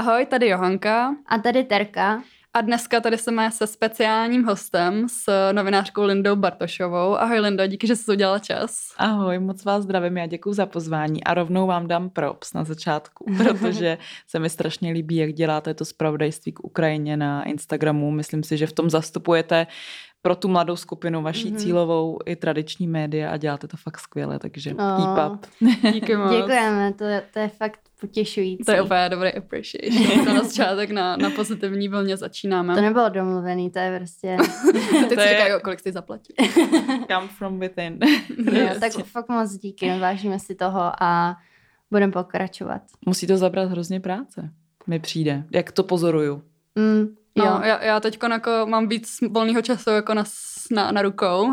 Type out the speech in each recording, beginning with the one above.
Ahoj, tady Johanka. A tady Terka. A dneska tady jsme se speciálním hostem, s novinářkou Lindou Bartošovou. Ahoj Lindo, díky, že jsi udělala čas. Ahoj, moc vás zdravím, já děkuju za pozvání a rovnou vám dám props na začátku, protože se mi strašně líbí, jak děláte to zpravodajství k Ukrajině na Instagramu. Myslím si, že v tom zastupujete pro tu mladou skupinu vaší cílovou i tradiční média a děláte to fakt skvěle, takže keep up. Díky moc. Děkujeme, to je fakt potěšující. To je úplně dobrý appreciation. Na začátek na pozitivní vlně začínáme. To nebylo domluvený, to je prostě... Teď si říkají, kolik jsi zaplatil. Come from within. Jo, tak fakt moc díky, vážíme si toho a budeme pokračovat. Musí to zabrat hrozně práce, mi přijde. Jak to pozoruju? No, já teď jako mám víc volného času jako na rukou,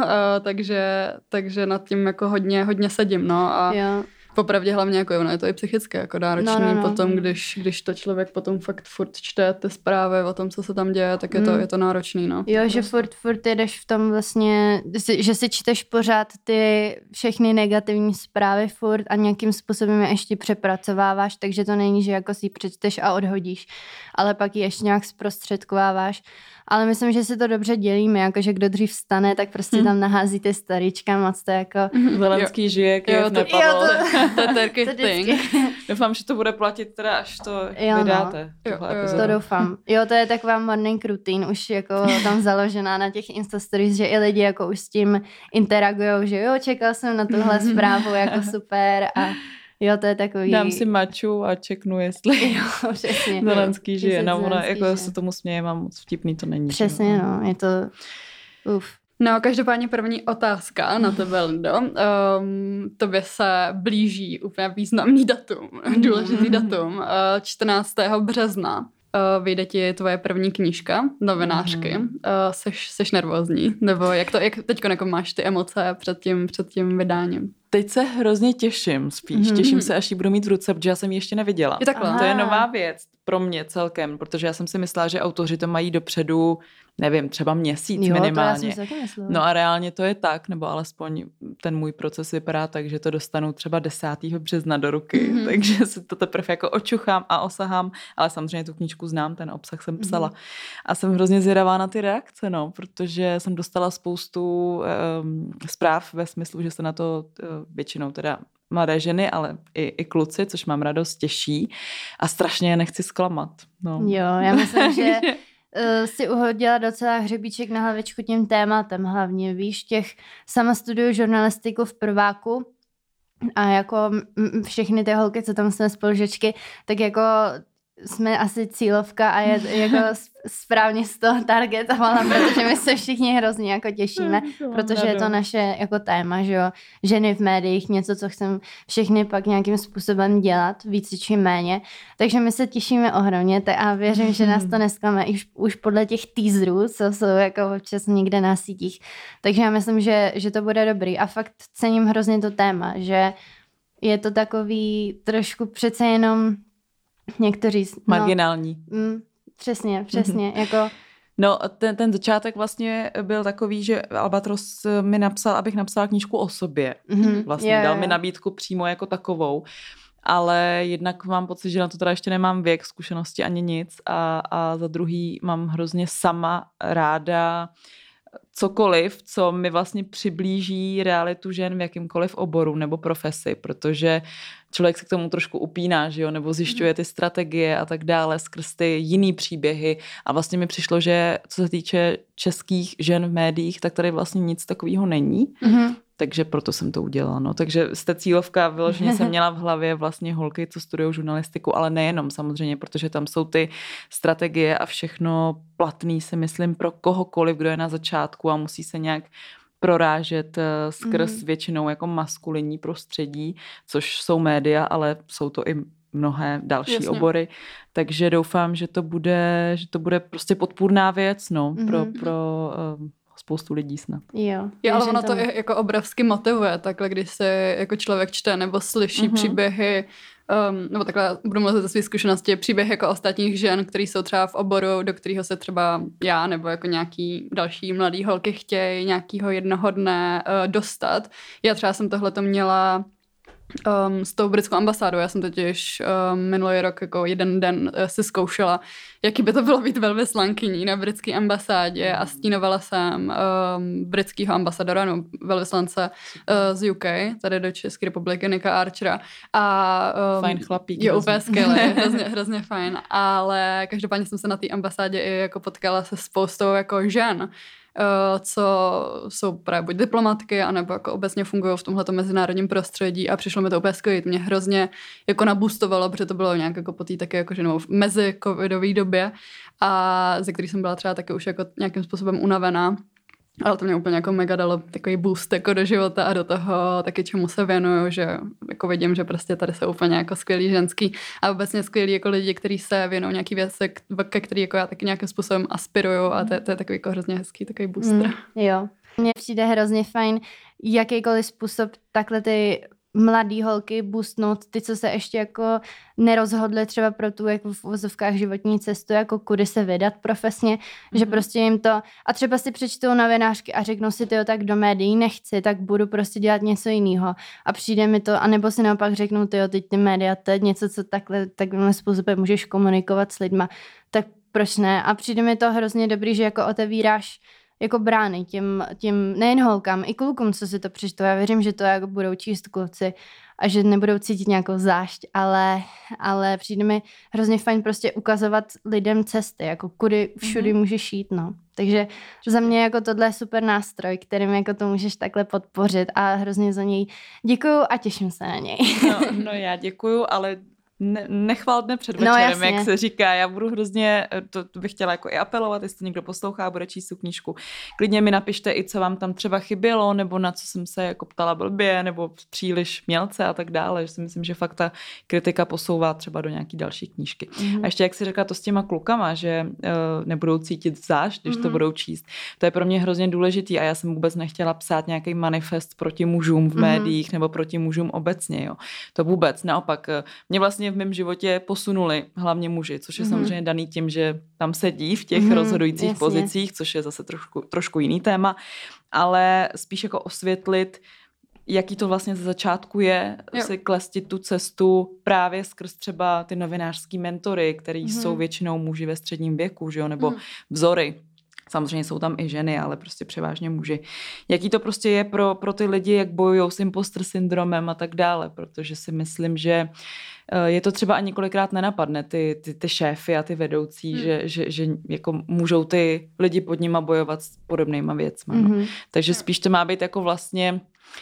takže nad tím jako hodně sedím, no a popravdě hlavně jako je to i psychicky jako náročný potom, když to člověk potom fakt furt čte ty zprávy o tom, co se tam děje, tak je to náročný, no. Jo, že furt jdeš v tom vlastně, že si čteš pořád ty všechny negativní zprávy furt a nějakým způsobem je ještě přepracováváš, takže to není, že jako si ji přečteš a odhodíš, ale pak ji ještě nějak zprostředkováváš. Ale myslím, že si to dobře dělíme, jakože kdo dřív vstane, tak prostě tam nahází ty staríčka, moc to jako... Zelenský žije, Kyjev nepadl. To je Terky thing. Doufám, že to bude platit teda, až to vydáte. To doufám. Jo, to je taková morning routine, už jako tam založená na těch Insta stories, že i lidi jako už s tím interagujou, že jo, čekal jsem na tuhle zprávu, jako super a... Jo, to je takový... Dám si maču a čeknu, jestli přesně. Zelenský žije. No, ona, jako se tomu směje, mám moc vtipný, to není. Přesně, no, je to... No, každopádně první otázka na tebe, Lindo. Tobě se blíží úplně významný datum, důležitý datum, 14. března. Vyjde ti tvoje první knížka, novinářky. Seš nervózní? Nebo jak teďko jako máš ty emoce před tím vydáním? Teď se hrozně těším spíš. Těším se, až ji budu mít v ruce, protože já jsem ji ještě neviděla. To je nová věc pro mě celkem, protože já jsem si myslela, že autoři to mají dopředu, nevím, třeba měsíc minimálně. No a reálně to je tak, nebo alespoň ten můj proces vypadá tak, že to dostanu třeba 10. března do ruky, takže si to teprve jako očuchám a osahám, ale samozřejmě tu knížku znám, ten obsah jsem psala. A jsem hrozně zvědavá na ty reakce, no, protože jsem dostala spoustu zpráv ve smyslu, že se na to většinou teda mladé ženy, ale i kluci, což mám radost, těší a strašně je nechci zklamat. No. Jo, já myslím, že si uhodila docela hřebíček na hlavičku tím tématem hlavně, víš, sama studuju žurnalistiku v prváku a jako všechny ty holky, co tam jsme spolužečky, tak jako jsme asi cílovka a je jako správně z toho targetovala, protože my se všichni hrozně jako těšíme, protože je to naše jako téma, že jo, ženy v médiích, něco, co chceme všechny pak nějakým způsobem dělat, víc či méně, takže my se těšíme ohromně a věřím, že nás to nesklame už podle těch teaserů, co jsou jako občas někde na sítích, takže já myslím, že to bude dobrý a fakt cením hrozně to téma, že je to takový trošku přece jenom někteří... Marginální. Přesně, jako... No, ten začátek vlastně byl takový, že Albatros mi napsal, abych napsala knížku o sobě. Vlastně dal mi nabídku přímo jako takovou. Ale jednak mám pocit, že na to teda ještě nemám věk, zkušenosti ani nic. A za druhý mám hrozně sama ráda cokoliv, co mi vlastně přiblíží realitu žen v jakýmkoliv oboru nebo profesi, protože člověk se k tomu trošku upíná, že jo, nebo zjišťuje ty strategie a tak dále skrz ty jiný příběhy a vlastně mi přišlo, že co se týče českých žen v médiích, tak tady vlastně nic takového není. Takže proto jsem to udělala. No. Takže z té cílovka vyloženě jsem měla v hlavě vlastně holky, co studují žurnalistiku, ale nejenom samozřejmě, protože tam jsou ty strategie a všechno platný, si myslím, pro kohokoliv, kdo je na začátku a musí se nějak prorážet skrz většinou jako maskulinní prostředí, což jsou média, ale jsou to i mnohé další obory. Takže doufám, že to bude prostě podpůrná věc, no, pro spoustu lidí snad. Jo, ale ono to jako obrovsky motivuje, takhle, když se jako člověk čte nebo slyší příběhy, nebo takhle budu mluvit ze své zkušenosti, příběhy jako ostatních žen, který jsou třeba v oboru, do kterého se třeba já nebo jako nějaký další mladý holky chtějí nějakýho jednoho dne dostat. Já třeba jsem tohleto měla s tou britskou ambasádou. Já jsem totiž minulý rok jako jeden den si zkoušela, jaký by to bylo být velvyslankyní na britské ambasádě a stínovala jsem britského ambasadora, no velvyslance z UK, tady do České republiky, Nicka Archera. A, fajn chlapík. Je úplně skvělý, hrozně fajn. Ale každopádně jsem se na té ambasádě i jako potkala se spoustou jako žen, co jsou právě buď diplomatky, anebo jako obecně fungují v tomhleto mezinárodním prostředí a přišlo mi to úplně skvělé. Mě hrozně jako naboostovalo, protože to bylo nějak jako po té také jako, že no, v mezi covidové době a ze který jsem byla třeba taky už jako nějakým způsobem unavená. Ale to mě úplně jako mega dalo takový boost jako do života a do toho taky čemu se věnuju, že jako vidím, že prostě tady jsou úplně jako skvělý ženský a obecně skvělí jako lidi, kteří se věnují nějaký věci, ke který jako já taky nějakým způsobem aspiruju a to je takový jako hrozně hezký, takový booster. Jo. Mně přijde hrozně fajn jakýkoliv způsob takhle ty mladý holky boostnout, ty, co se ještě jako nerozhodly třeba pro tu jako v uvozovkách životní cestu, jako kudy se vydat profesně, že prostě jim to, a třeba si přečtou novinářky a řeknou si, tyjo, tak do médií nechci, tak budu prostě dělat něco jiného a přijde mi to, anebo si naopak řeknou, tyjo, teď ty média, to je něco, co takhle způsobem můžeš komunikovat s lidma, tak proč ne? A přijde mi to hrozně dobrý, že jako otevíráš jako brány těm nejen holkám, i klukům, co si to přečtou. Já věřím, že to jako budou číst kluci a že nebudou cítit nějakou zášť, ale přijde mi hrozně fajn prostě ukazovat lidem cesty, jako kudy všudy můžeš jít, no. Takže za mě jako tohle je super nástroj, kterým jako to můžeš takhle podpořit a hrozně za něj děkuju a těším se na něj. No já děkuju, ale nechvál dne před večerem, no, jak se říká. Já budu hrozně, to bych chtěla jako i apelovat, jestli někdo poslouchá a bude číst tu knížku. Klidně mi napište i, co vám tam třeba chybělo, nebo na co jsem se jako ptala blbě, nebo příliš mělce a tak dále. Že si myslím, že fakt ta kritika posouvá třeba do nějaký další knížky. A ještě jak si řekla to s těma klukama, že nebudou cítit zášť, když to budou číst. To je pro mě hrozně důležitý a já jsem vůbec nechtěla psát nějaký manifest proti mužům v médiích nebo proti mužům obecně. Jo. To vůbec. Naopak, mě vlastně v mém životě posunuli hlavně muži, což je samozřejmě daný tím, že tam sedí v těch rozhodujících pozicích, což je zase trošku jiný téma, ale spíš jako osvětlit, jaký to vlastně ze začátku je, si klestit tu cestu právě skrz třeba ty novinářský mentory, který jsou většinou muži ve středním věku, že jo, nebo vzory. Samozřejmě jsou tam i ženy, ale prostě převážně muži. Jaký to prostě je pro ty lidi, jak bojujou s imposter syndromem a tak dále, protože si myslím, že je to třeba ani několikrát nenapadne ty šéfy a ty vedoucí, že jako můžou ty lidi pod nima bojovat s podobnýma věcma. No. Takže spíš to má být jako vlastně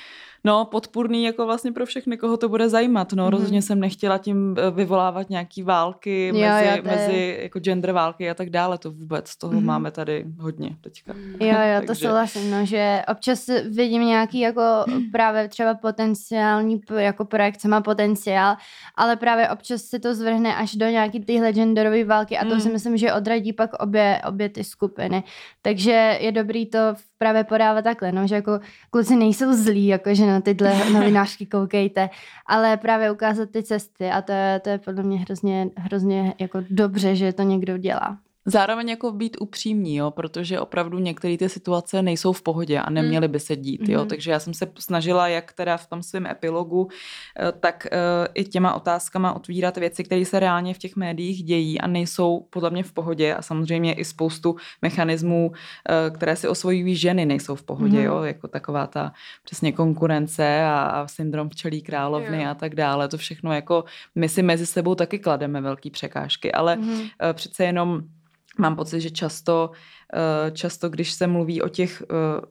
podpůrný jako vlastně pro všechny, koho to bude zajímat. No, rozhodně jsem nechtěla tím vyvolávat nějaký války mezi jako gender války a tak dále. To vůbec, toho máme tady hodně teďka. Jo, to souhlasím, no, že občas vidím nějaký jako právě třeba potenciální jako projekt, co má potenciál, ale právě občas se to zvrhne až do nějaký tyhle genderové války a to si myslím, že odradí pak obě ty skupiny. Takže je dobrý to právě podávat takhle, no, že jako kluci nejsou zlí, jakože na tyhle novinářky koukejte, ale právě ukázat ty cesty a to je podle mě hrozně jako dobře, že to někdo dělá. Zároveň jako být upřímní, jo, protože opravdu některé ty situace nejsou v pohodě a neměly by se dít, jo, takže já jsem se snažila jak teda v tom svém epilogu, tak i těma otázkama otvírat věci, které se reálně v těch médiích dějí a nejsou podle mě v pohodě a samozřejmě i spoustu mechanismů, které si osvojují ženy, nejsou v pohodě, jo, jako taková ta přesně konkurence a syndrom včelí královny a tak dále, to všechno jako my si mezi sebou taky klademe velký překážky, ale přece jenom mám pocit, že často, když se mluví o těch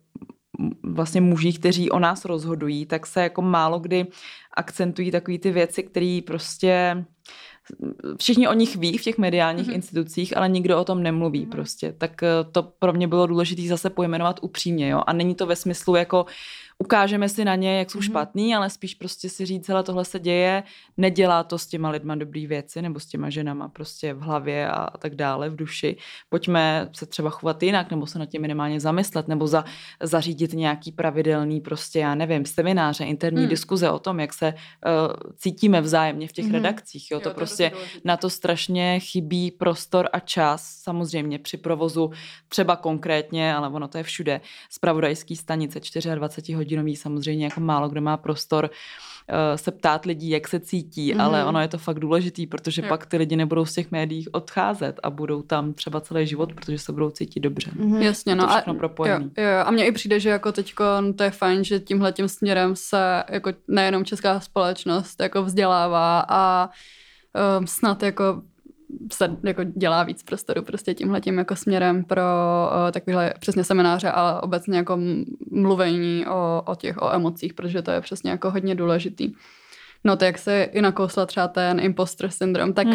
vlastně mužích, kteří o nás rozhodují, tak se jako málo kdy akcentují takový ty věci, které prostě všichni o nich ví v těch mediálních institucích, ale nikdo o tom nemluví prostě. Tak to pro mě bylo důležité zase pojmenovat upřímně, jo. A není to ve smyslu jako ukážeme si na ně, jak jsou špatný, ale spíš prostě si říct, hele, tohle se děje, nedělá to s těma lidma dobrý věci, nebo s těma ženama prostě v hlavě a tak dále, v duši. Pojďme se třeba chovat jinak, nebo se na tím minimálně zamyslet, nebo zařídit nějaký pravidelný prostě, já nevím, semináře, interní diskuze o tom, jak se cítíme vzájemně v těch redakcích. Jo, to prostě na to strašně chybí prostor a čas, samozřejmě při provozu třeba konkrétně, ale ono to je všude, zpravodajský stanice 24 hodin rodinový samozřejmě jako málo kdo má prostor se ptát lidí, jak se cítí, ale ono je to fakt důležitý, protože pak ty lidi nebudou z těch médií odcházet a budou tam třeba celý život, protože se budou cítit dobře. Jasně, no. To všechno propojený. Jo. A mně i přijde, že jako teďko to je fajn, že tímhletím směrem se jako nejenom česká společnost jako vzdělává a snad jako se jako dělá víc prostoru prostě tímhletím jako směrem pro takovéhle přesně semináře a obecně jako mluvení o emocích, protože to je přesně jako hodně důležitý. No to jak se i nakousla třeba ten imposter syndrom, tak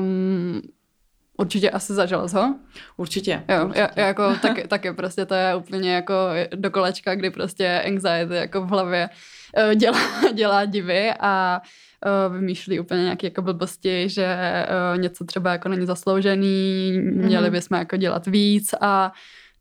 určitě asi zažil jsi ho? Určitě. Jo, určitě. Jako taky prostě to je úplně jako do kolečka, kdy prostě anxiety jako v hlavě dělá divy a vymýšlí úplně nějaké jako blbosti, že něco třeba jako není zasloužený, měli bychom jako dělat víc a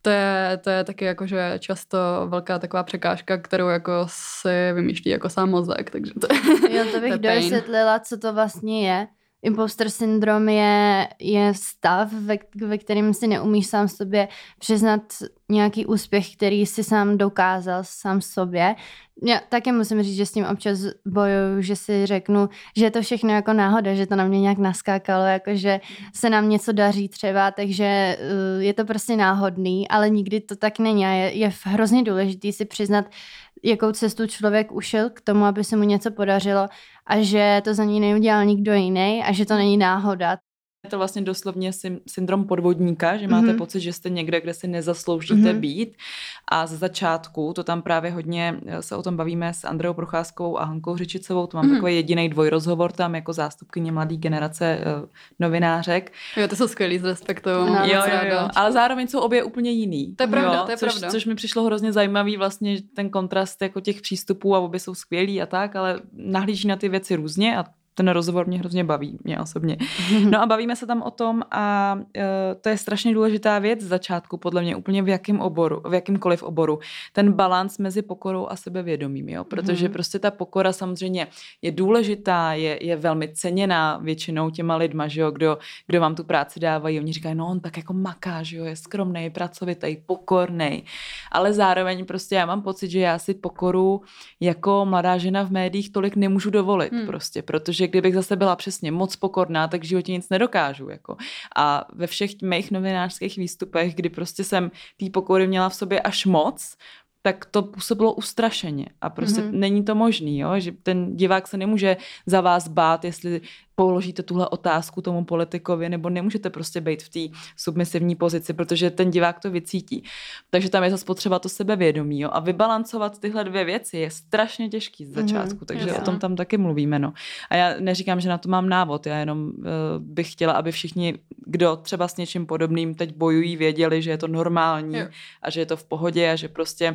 to je taky jako, že často velká taková překážka, kterou jako si vymýšlí jako sám mozek, takže to jo, to bych dovysvětlila, co to vlastně je. Imposter syndrom je stav, ve kterém si neumíš sám sobě přiznat nějaký úspěch, který si sám dokázal sám sobě. Já taky musím říct, že s tím občas bojuju, že si řeknu, že je to všechno jako náhoda, že to na mě nějak naskákalo, jako že se nám něco daří třeba, takže je to prostě náhodný, ale nikdy to tak není a je hrozně důležitý si přiznat, jakou cestu člověk ušel k tomu, aby se mu něco podařilo a že to za něj neudělal nikdo jiný a že to není náhoda. Je to vlastně doslovně syndrom podvodníka, že máte pocit, že jste někde, kde si nezasloužíte být a ze začátku, to tam právě hodně se o tom bavíme s Andreou Procházkovou a Hankou Řičicovou, to mám takový jediný dvojrozhovor tam jako zástupkyně mladý generace novinářek. Jo, to jsou skvělý z Respektu. Jo, ale zároveň jsou obě úplně jiný. To je pravda, to je pravda. Což mi přišlo hrozně zajímavý vlastně ten kontrast jako těch přístupů a obě jsou skvělí a tak, ale nahlíží na ty věci různě a ten rozhovor mě hrozně baví, mě osobně. No a bavíme se tam o tom a to je strašně důležitá věc z začátku, podle mě úplně v jakýmkoliv oboru. Ten balans mezi pokorou a sebevědomím, jo? Protože prostě ta pokora samozřejmě je důležitá, je velmi ceněná většinou těma lidma, že jo? Kdo vám tu práci dávají. Oni říkají, no on tak jako maká, že jo? Je skromnej, pracovitý, pokornej. Ale zároveň prostě já mám pocit, že já si pokoru jako mladá žena v médiích tolik nemůžu dovolit prostě, protože kdybych zase byla přesně moc pokorná, tak v životě nic nedokážu. Jako. A ve všech mých novinářských výstupech, kdy prostě jsem té pokory měla v sobě až moc, tak to působilo ustrašeně. A prostě není to možný, jo? Že ten divák se nemůže za vás bát, jestli položíte tuhle otázku tomu politikovi, nebo nemůžete prostě být v té submisivní pozici, protože ten divák to vycítí. Takže tam je zase potřeba to sebevědomí. Jo? A vybalancovat tyhle dvě věci je strašně těžký z začátku, takže o tom tam taky mluvíme. No. A já neříkám, že na to mám návod, já jenom bych chtěla, aby všichni, kdo třeba s něčím podobným teď bojují, věděli, že je to normální a že je to v pohodě a že prostě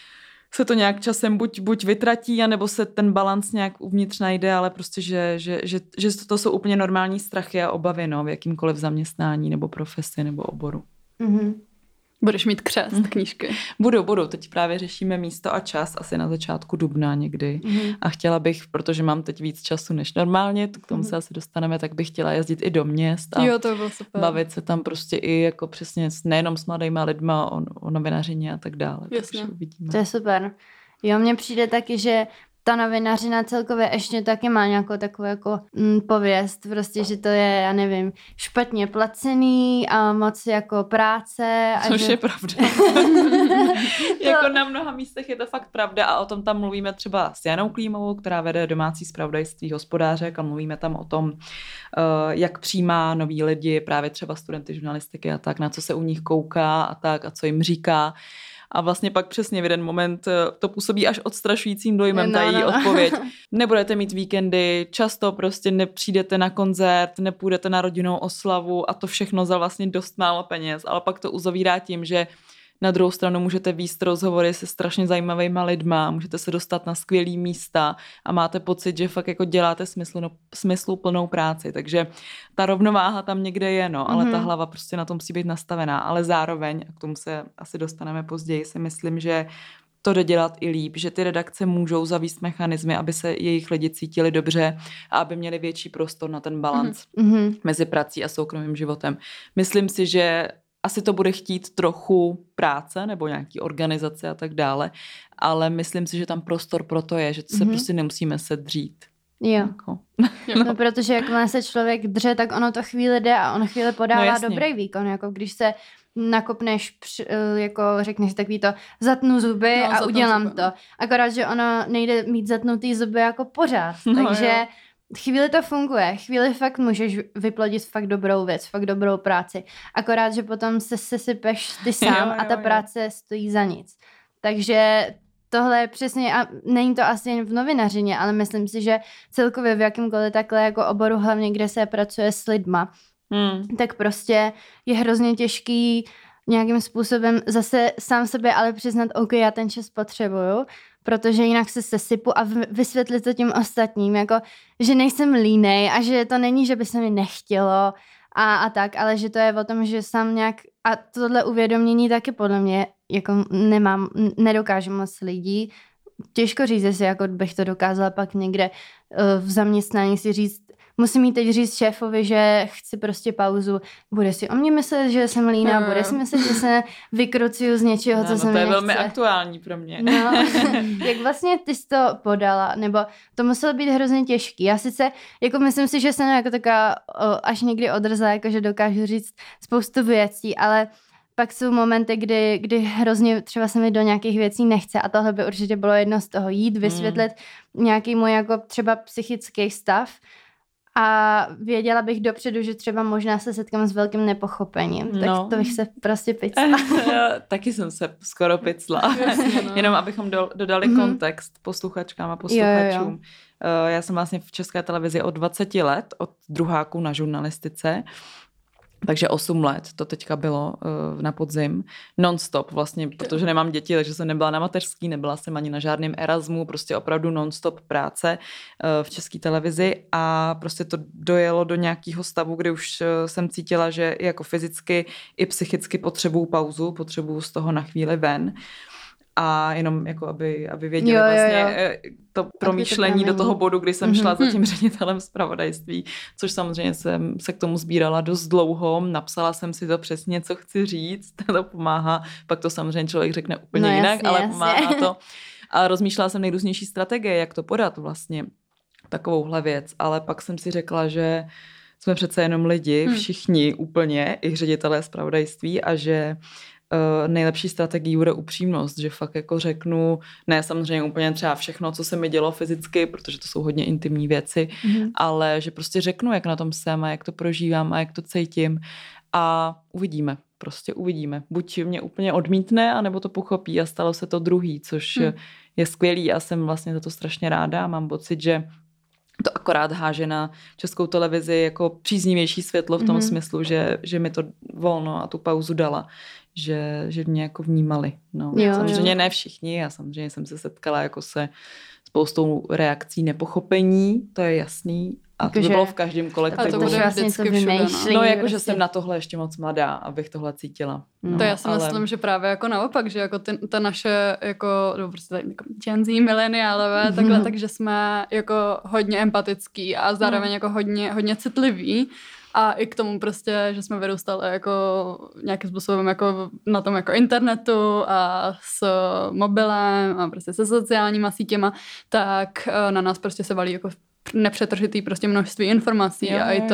se to nějak časem buď vytratí, anebo se ten balans nějak uvnitř najde, ale prostě, že to jsou úplně normální strachy a obavy, no, v jakýmkoliv zaměstnání nebo profesi nebo oboru. Budeš mít křest knížky. Budu. Teď právě řešíme místo a čas, asi na začátku dubna někdy. A chtěla bych, protože mám teď víc času než normálně, k tomu se asi dostaneme, tak bych chtěla jezdit i do měst a to bylo super. Bavit se tam prostě i jako přesně nejenom s mladýma lidma o novinařině a tak dále. Jasně. Takže uvidíme. To je super. Jo, mně přijde taky, že ta novinařina celkově ještě taky má nějakou takovou jako pověst, prostě, že to je, já nevím, špatně placený a moc jako práce. Což je pravda. Jako na mnoha místech je to fakt pravda a o tom tam mluvíme třeba s Janou Klímovou, která vede domácí zpravodajství Hospodářek a mluvíme tam o tom, jak přijímá noví lidi, právě třeba studenty žurnalistiky a tak, na co se u nich kouká a tak a co jim říká. A vlastně pak přesně v jeden moment to působí až odstrašujícím dojmem, ta její odpověď. Nebudete mít víkendy, často prostě nepřijdete na koncert, nepůjdete na rodinnou oslavu a to všechno za vlastně dost málo peněz. Ale pak to uzavírá tím, že na druhou stranu můžete vést rozhovory se strašně zajímavýma lidma, můžete se dostat na skvělý místa a máte pocit, že fakt jako děláte smysluplnou práci. Takže ta rovnováha tam někde je, no, ale ta hlava prostě na tom musí být nastavená. Ale zároveň, a k tomu se asi dostaneme později, si myslím, že to jde dělat i líp, že ty redakce můžou zavést mechanismy, aby se jejich lidi cítili dobře a aby měli větší prostor na ten balanc mezi prací a soukromým životem. Myslím si, že asi to bude chtít trochu práce nebo nějaký organizace a tak dále, ale myslím si, že tam prostor pro to je, že se prostě nemusíme sedřít. Jo. Jako. No, protože jakmile se člověk dře, tak ono to chvíli jde a on chvíli podává dobrý výkon, jako když se nakopneš, jako řekneš takový to, zatnu zuby a udělám zuby. To. Akorát, že ono nejde mít zatnutý zuby jako pořád, takže chvíli to funguje, chvíli fakt můžeš vyplodit fakt dobrou věc, fakt dobrou práci. Akorát, že potom se sesypeš ty sám a ta práce stojí za nic. Takže tohle je přesně, a není to asi jen v novinařině, ale myslím si, že celkově v jakýmkoliv takhle jako oboru, hlavně kde se pracuje s lidma, tak prostě je hrozně těžký nějakým způsobem zase sám sobě ale přiznat, OK, já ten čas potřebuju, protože jinak se sesypu a vysvětlit to tím ostatním, jako, že nejsem línej a že to není, že by se mi nechtělo a tak, ale že to je o tom, že sám nějak, a tohle uvědomění taky podle mě jako nedokážu moc lidí. Těžko říct, jestli jako bych to dokázala pak někde v zaměstnání si říct, musím jí teď říct šéfovi, že chci prostě pauzu. Bude si o mě myslet, že jsem líná, bude si myslet, že se vykrucuju z něčeho, co se mi nechce. To je velmi aktuální pro mě. No, jak vlastně ty jsi to podala, nebo to muselo být hrozně těžký. Já sice, jako myslím si, že jsem jako taková až někdy odrzá, jako že dokážu říct spoustu věcí, ale pak jsou momenty, kdy hrozně třeba se mi do nějakých věcí nechce a tohle by určitě bylo jedno z toho, jít, vysvětlit nějaký můj jako třeba psychický stav a věděla bych dopředu, že třeba možná se setkám s velkým nepochopením, tak to bych se prostě picla. Taky jsem se skoro picla. Jenom abychom dodali kontext posluchačkám a posluchačům. Jo. Já jsem vlastně v České televizi od 20 let, od druháku na žurnalistice, takže 8 let to teďka bylo na podzim. Non-stop vlastně, protože nemám děti, takže jsem nebyla na mateřský, nebyla jsem ani na žádném Erasmu, prostě opravdu non-stop práce v České televizi a prostě to dojelo do nějakého stavu, kdy už jsem cítila, že jako fyzicky i psychicky potřebuju pauzu, potřebuju z toho na chvíli ven. A jenom jako, aby věděli vlastně to promýšlení do toho bodu, kdy jsem šla za tím ředitelem zpravodajství, což samozřejmě jsem se k tomu sbírala dost dlouho, napsala jsem si to přesně, co chci říct, to pomáhá, pak to samozřejmě člověk řekne úplně jinak, ale pomáhá to. A rozmýšlela jsem nejrůznější strategie, jak to podat vlastně, takovouhle věc, ale pak jsem si řekla, že jsme přece jenom lidi, všichni úplně, i ředitelé zpravodajství a že nejlepší strategií bude upřímnost, že fakt jako řeknu, ne samozřejmě úplně třeba všechno, co se mi dělo fyzicky, protože to jsou hodně intimní věci, ale že prostě řeknu, jak na tom jsem a jak to prožívám a jak to cítím a uvidíme, prostě uvidíme. Buď mě úplně odmítne, anebo to pochopí a stalo se to druhý, což je skvělý a jsem vlastně za to strašně ráda a mám pocit, že to akorát háže na Českou televizi jako příznivější světlo v tom smyslu, že mi to volno a tu pauzu dala. Že mě jako vnímali. No. Samozřejmě ne všichni, já samozřejmě jsem se setkala jako se spoustou reakcí nepochopení, to je jasný. A to bylo v každém kolektivu. A to bude vždycky všude. No jako, že jsem na tohle ještě moc mladá, abych tohle cítila. No, to já si myslím, že právě jako naopak, že jako ta naše jako, prostě tady jako Gen Z, mileniálové, takhle, takže jsme jako hodně empatický a zároveň jako hodně citliví. A i k tomu prostě, že jsme vyrůstali jako nějakým způsobem jako na tom jako internetu a s mobilem a prostě se sociálníma sítěma, tak na nás prostě se valí jako nepřetržitý prostě množství informací a i to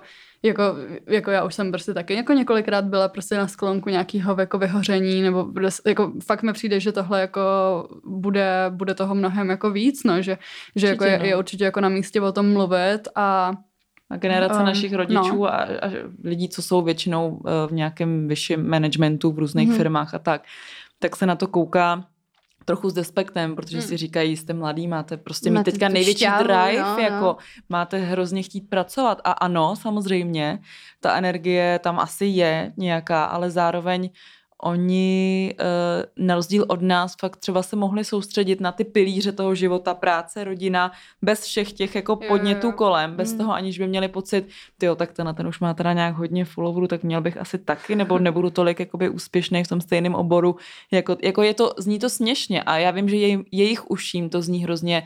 jako já už jsem prostě taky jako několikrát byla prostě na sklonku nějakého jako vyhoření nebo jako fakt mi přijde, že tohle jako bude toho mnohem jako víc, no, že jako je určitě jako na místě o tom mluvit a generace našich rodičů a lidí, co jsou většinou v nějakém vyšším managementu v různých firmách a tak se na to kouká trochu s despektem, protože si říkají, jste mladý, máte prostě mít teďka největší drive, jako máte hrozně chtít pracovat. A ano, samozřejmě, ta energie tam asi je nějaká, ale zároveň oni na rozdíl od nás fakt třeba se mohli soustředit na ty pilíře toho života, práce, rodina, bez všech těch jako podnětů kolem, bez toho aniž by měli pocit, tak ten už má teda nějak hodně followerů, tak měl bych asi taky, nebo nebudu tolik jakoby úspěšný v tom stejném oboru. Jako zní to směšně a já vím, že jejich uším to zní hrozně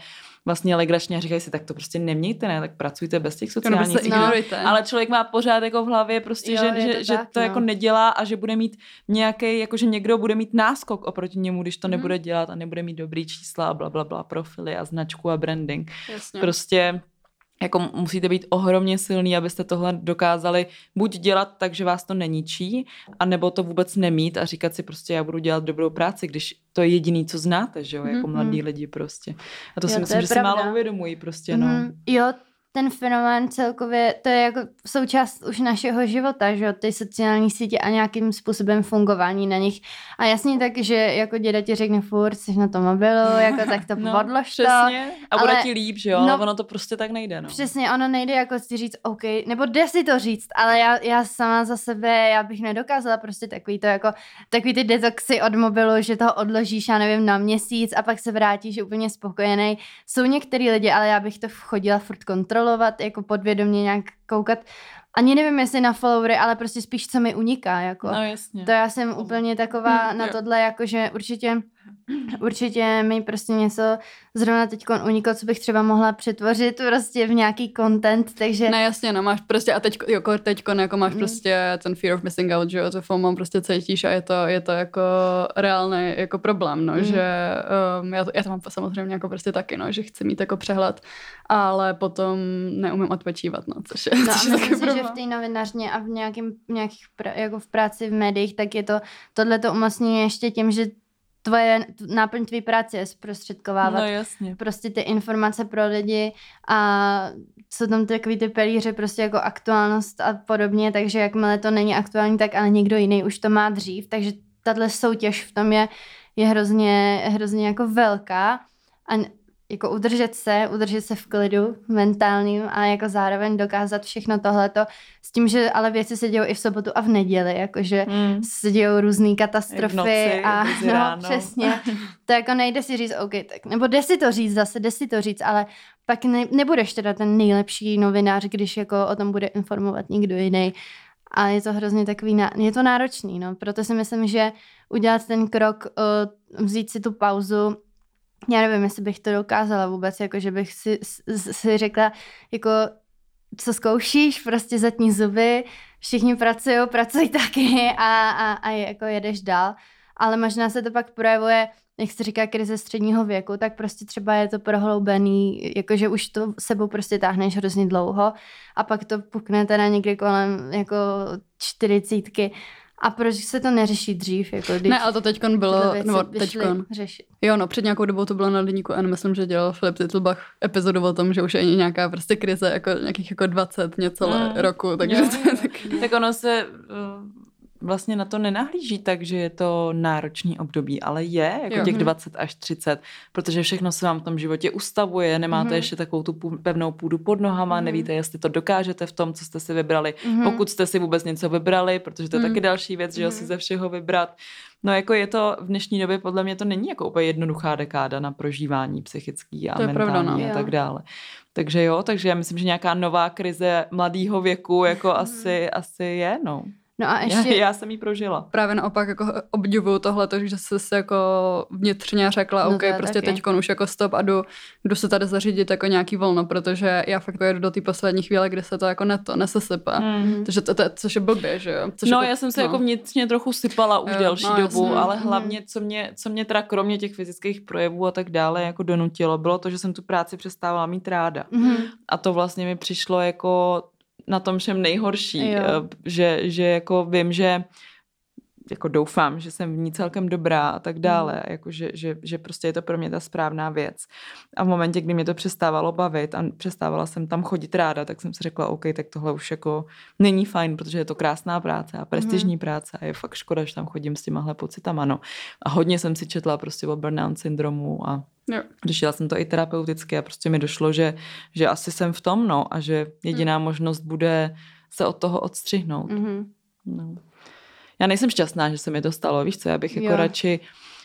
vlastně legračně a říkají si, tak to prostě nemějte, ne, tak pracujte bez těch sociálních sítí. Ale člověk má pořád jako v hlavě prostě, jo, že to jako nedělá a že bude mít nějaký, jako že někdo bude mít náskok oproti němu, když to nebude dělat a nebude mít dobrý čísla a blablabla, profily a značku a branding. Jasně. Prostě jako musíte být ohromně silný, abyste tohle dokázali buď dělat tak, že vás to neničí, anebo to vůbec nemít a říkat si prostě, já budu dělat dobrou práci, když to je jediný, co znáte, že jo, jako mladí lidi prostě. A to si myslím, že si málo uvědomují prostě, no. Jo, ten fenomén celkově, to je jako součást už našeho života, že jo, ty sociální sítě a nějakým způsobem fungování na nich. A jasně tak, že jako děda ti řekne furt, jsi na tom mobilu, jako tak to odlož to. Přesně. A bude ti líp, že jo, ale ono to prostě tak nejde, no. Přesně, ono nejde jako si říct, OK, nebo jde si to říct, ale já sama za sebe, já bych nedokázala prostě takový ty detoxy od mobilu, že toho odložíš, já nevím, na měsíc a pak se vrátíš úplně spokojený. Jsou některý lidi, ale já bych to chodila furt kontrolovat, jako podvědomě nějak koukat. Ani nevím, jestli na followery, ale prostě spíš, co mi uniká. Jako. No jasně. To já jsem úplně taková na tohle, jakože určitě mi prostě něco zrovna teď uniklo, co bych třeba mohla přetvořit prostě v nějaký content, takže... Ne, jasně, no máš prostě a teďko jako máš prostě ten fear of missing out, že jo, to FOMO prostě cítíš a je to jako reálný jako problém, no, že já to mám samozřejmě jako prostě taky, no, že chci mít jako přehled, ale potom neumím odpočívat, no, což je a myslím si, problém. že v té novinařině a v jako v práci v médiích, tak je tohleto umocňuje ještě tím, že náplň tvý práce je zprostředkovávat. No jasně. Prostě ty informace pro lidi a jsou tam takový ty pilíře prostě jako aktuálnost a podobně, takže jakmile to není aktuální, tak ale někdo jiný už to má dřív, takže tahle soutěž v tom je hrozně jako velká a jako udržet se v klidu mentálním a jako zároveň dokázat všechno tohleto s tím, že ale věci se dějou i v sobotu a v neděli, jakože se dějou různý katastrofy v noci, a ráno. Přesně. To jako nejde si říct, OK, tak, nebo jde si to říct, ale pak nebudeš teda ten nejlepší novinář, když jako o tom bude informovat někdo jiný. A je to hrozně takový, je to náročný, no. Proto si myslím, že udělat ten krok, vzít si tu pauzu. Já nevím, jestli bych to dokázala vůbec, jako že bych si řekla, jako co zkoušíš, prostě zatní zuby, všichni pracují taky a jako jedeš dál. Ale možná se to pak projevuje, jak se říká, krize středního věku, tak prostě třeba je to prohloubený, jakože už to sebou prostě táhneš hrozně dlouho a pak to pukne teda někdy kolem jako 40. A proč se to neřeší dřív? Jako, ne, ale to teďkon bylo, nebo teďkon. Řešit. Jo, no, před nějakou dobou to bylo na deníku N, myslím, že dělal Filip Titlbach epizodu o tom, že už je nějaká prostě krize, jako nějakých jako 20 něco roku, takže jo, to je taky... Tak ono se vlastně na to nenahlíží tak, že je to náročný období, ale je jako těch 20 až 30, protože všechno se vám v tom životě ustavuje, nemáte ještě takovou tu pevnou půdu pod nohama, nevíte, jestli to dokážete v tom, co jste si vybrali, pokud jste si vůbec něco vybrali, protože to je taky další věc, že si ze všeho vybrat. No jako je to v dnešní době, podle mě to není jako úplně jednoduchá dekáda na prožívání psychický a mentální a tak dále. Takže jo, takže já myslím, že nějaká nová krize mladého věku jako asi je, no. No a ještě... Já jsem jí prožila. Právě naopak jako obdivuju tohleto, že jsi se jako vnitřně řekla, OK, prostě teďkon už jako stop a jdu se tady zařídit jako nějaký volno, protože já fakt jedu do té poslední chvíle, kdy se to jako nesesype. Takže to což je blbě, že jo? Což já jsem se jako vnitřně trochu sypala už delší dobu, ale hlavně, co mě teda kromě těch fyzických projevů a tak dále jako donutilo, bylo to, že jsem tu práci přestávala mít ráda. A to vlastně mi přišlo jako na tom všem nejhorší, že jako vím, že jako doufám, že jsem v ní celkem dobrá a tak dále, jako že prostě je to pro mě ta správná věc. A v momentě, kdy mě to přestávalo bavit a přestávala jsem tam chodit ráda, tak jsem si řekla, OK, tak tohle už jako není fajn, protože je to krásná práce a prestižní práce a je fakt škoda, že tam chodím s těmahle pocitama, no. A hodně jsem si četla prostě o burnout syndromu a řešila jsem to i terapeuticky a prostě mi došlo, že asi jsem v tom, no, a že jediná možnost bude se od toho odstřihnout. No. Já nejsem šťastná, že se mi to stalo, víš co, já bych jako radši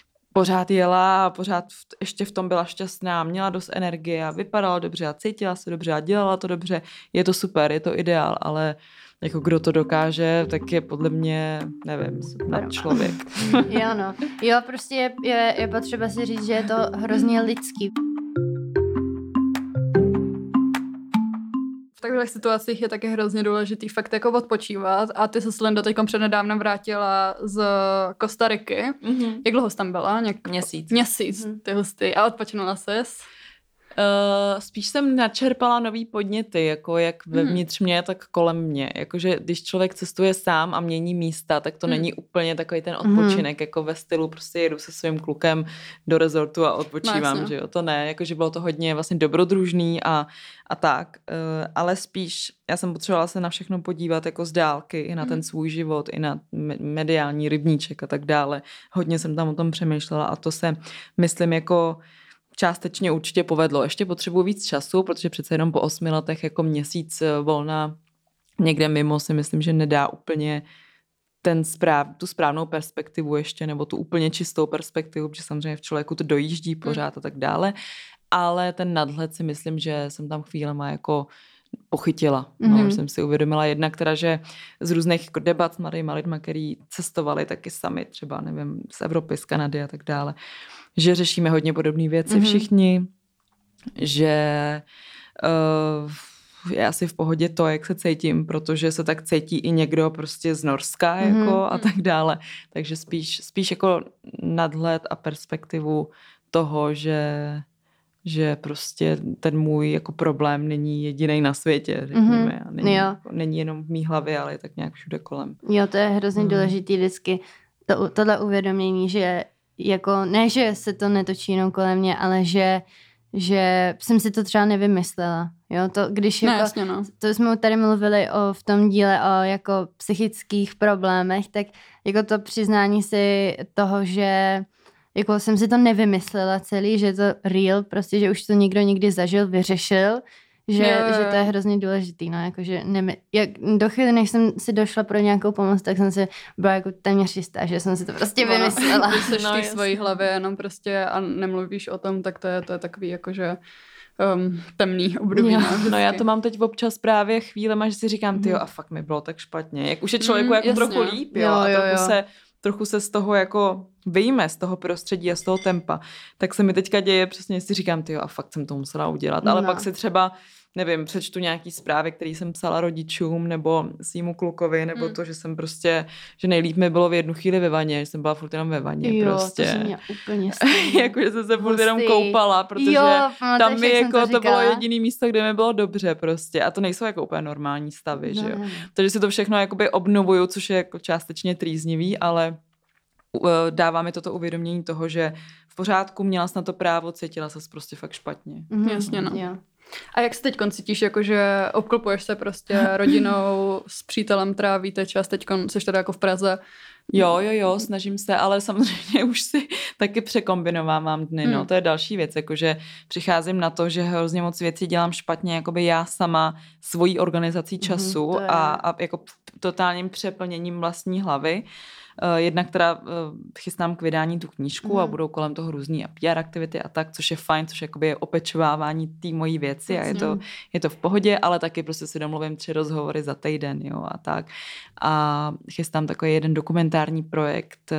pořád jela a pořád ještě v tom byla šťastná, měla dost energie a vypadala dobře a cítila se dobře a dělala to dobře, je to super, je to ideál, ale jako kdo to dokáže, tak je podle mě, nevím, člověk. Jo, no. Jo, prostě je potřeba si říct, že je to hrozně lidský. v takových situacích je taky hrozně důležitý fakt jako odpočívat a ty se s Lindou teďkom přednedávnem vrátila z Kostariky. Jak dlouho jsi tam byla? Měsíc, ty hustý. A odpočinula ses? Spíš jsem načerpala nový podněty, jako jak vevnitř mě, tak kolem mě. Jakože když člověk cestuje sám a mění místa, tak to není úplně takový ten odpočinek, jako ve stylu prostě jedu se svým klukem do rezortu a odpočívám, že jo, to ne, jakože bylo to hodně vlastně dobrodružný a tak, ale spíš já jsem potřebovala se na všechno podívat jako z dálky, i na ten svůj život, i na mediální rybníček a tak dále. Hodně jsem tam o tom přemýšlela a to se, myslím, jako částečně určitě povedlo. Ještě potřebuji víc času, protože přece jenom po 8 letech jako měsíc volna někde mimo si myslím, že nedá úplně tu správnou perspektivu ještě, nebo tu úplně čistou perspektivu, protože samozřejmě v člověku to dojíždí pořád a tak dále, ale ten nadhled si myslím, že jsem tam chvílema jako pochytila. Už jsem si uvědomila jednak teda, že z různých jako debat s mladýma lidma, který cestovali taky sami, třeba nevím, z Evropy, z Kanady a tak dále, že řešíme hodně podobné věci všichni, že je asi v pohodě to, jak se cítím, protože se tak cítí i někdo prostě z Norska jako a tak dále. Takže spíš jako nadhled a perspektivu toho, že prostě ten můj jako problém není jedinej na světě, řekněme. A není jenom v mý hlavě, ale je tak nějak všude kolem. Jo, to je hrozně důležitý vždycky. Tohle uvědomění, že jako, ne, že se to netočí jenom kolem mě, ale že jsem si to třeba nevymyslela. Jo, to, když jako, jasně, to jsme tady mluvili v tom díle o jako psychických problémech, tak jako to přiznání si toho, že jako jsem si to nevymyslela celý, že je to real, prostě, že už to někdo někdy zažil, vyřešil, že to je hrozně důležitý, no, jakože do chvíli, než jsem si došla pro nějakou pomoc, tak jsem si byla jako téměř jistá, že jsem si to prostě vymyslela. Když seš v svojí hlavě jenom prostě a nemluvíš o tom, tak to je takový jakože temný období. No já to mám teď občas právě chvílema, že si říkám, tyjo, a fakt mi bylo tak špatně. Jak už je člověku jako trochu líp, jo, a trochu se z toho jako vyjme, z toho prostředí a z toho tempa, tak se mi teďka děje přesně, si říkám, tyjo, a fakt jsem to musela udělat. Ale pak si třeba, nevím, přečtu nějaký zprávy, který jsem psala rodičům nebo svýmu klukovi, nebo to, že jsem prostě, že nejlíp mi bylo v jednu chvíli ve vaně, že jsem byla furt jenom ve vaně, prostě. Jo, to mě úplně jako, že jsem se furt jenom koupala, protože tam mi jako to bylo jediný místo, kde mi bylo dobře prostě. A to nejsou jako úplně normální stavy, že jo. Takže si to všechno jakoby obnovuju, což je jako částečně trýznivý, ale dává mi toto uvědomění toho, že v pořádku, měla jsi na to právo, cítila ses prostě fakt špatně. Jasně, no. A jak se teď cítíš, jakože obklopuješ se prostě rodinou, s přítelem trávíte čas, teď jsi tady jako v Praze? Jo, snažím se, ale samozřejmě už si taky překombinovávám dny, no, to je další věc, jakože přicházím na to, že hrozně moc věcí dělám špatně, jakoby já sama svojí organizací času a jako totálním přeplněním vlastní hlavy. Jednak teda chystám k vydání tu knížku a budou kolem toho různý PR aktivity a tak, což je fajn, což jakoby je opečovávání té mojí věci a je to v pohodě, ale taky prostě si domluvím 3 rozhovory za týden, jo, a tak. A chystám takový jeden dokumentární projekt,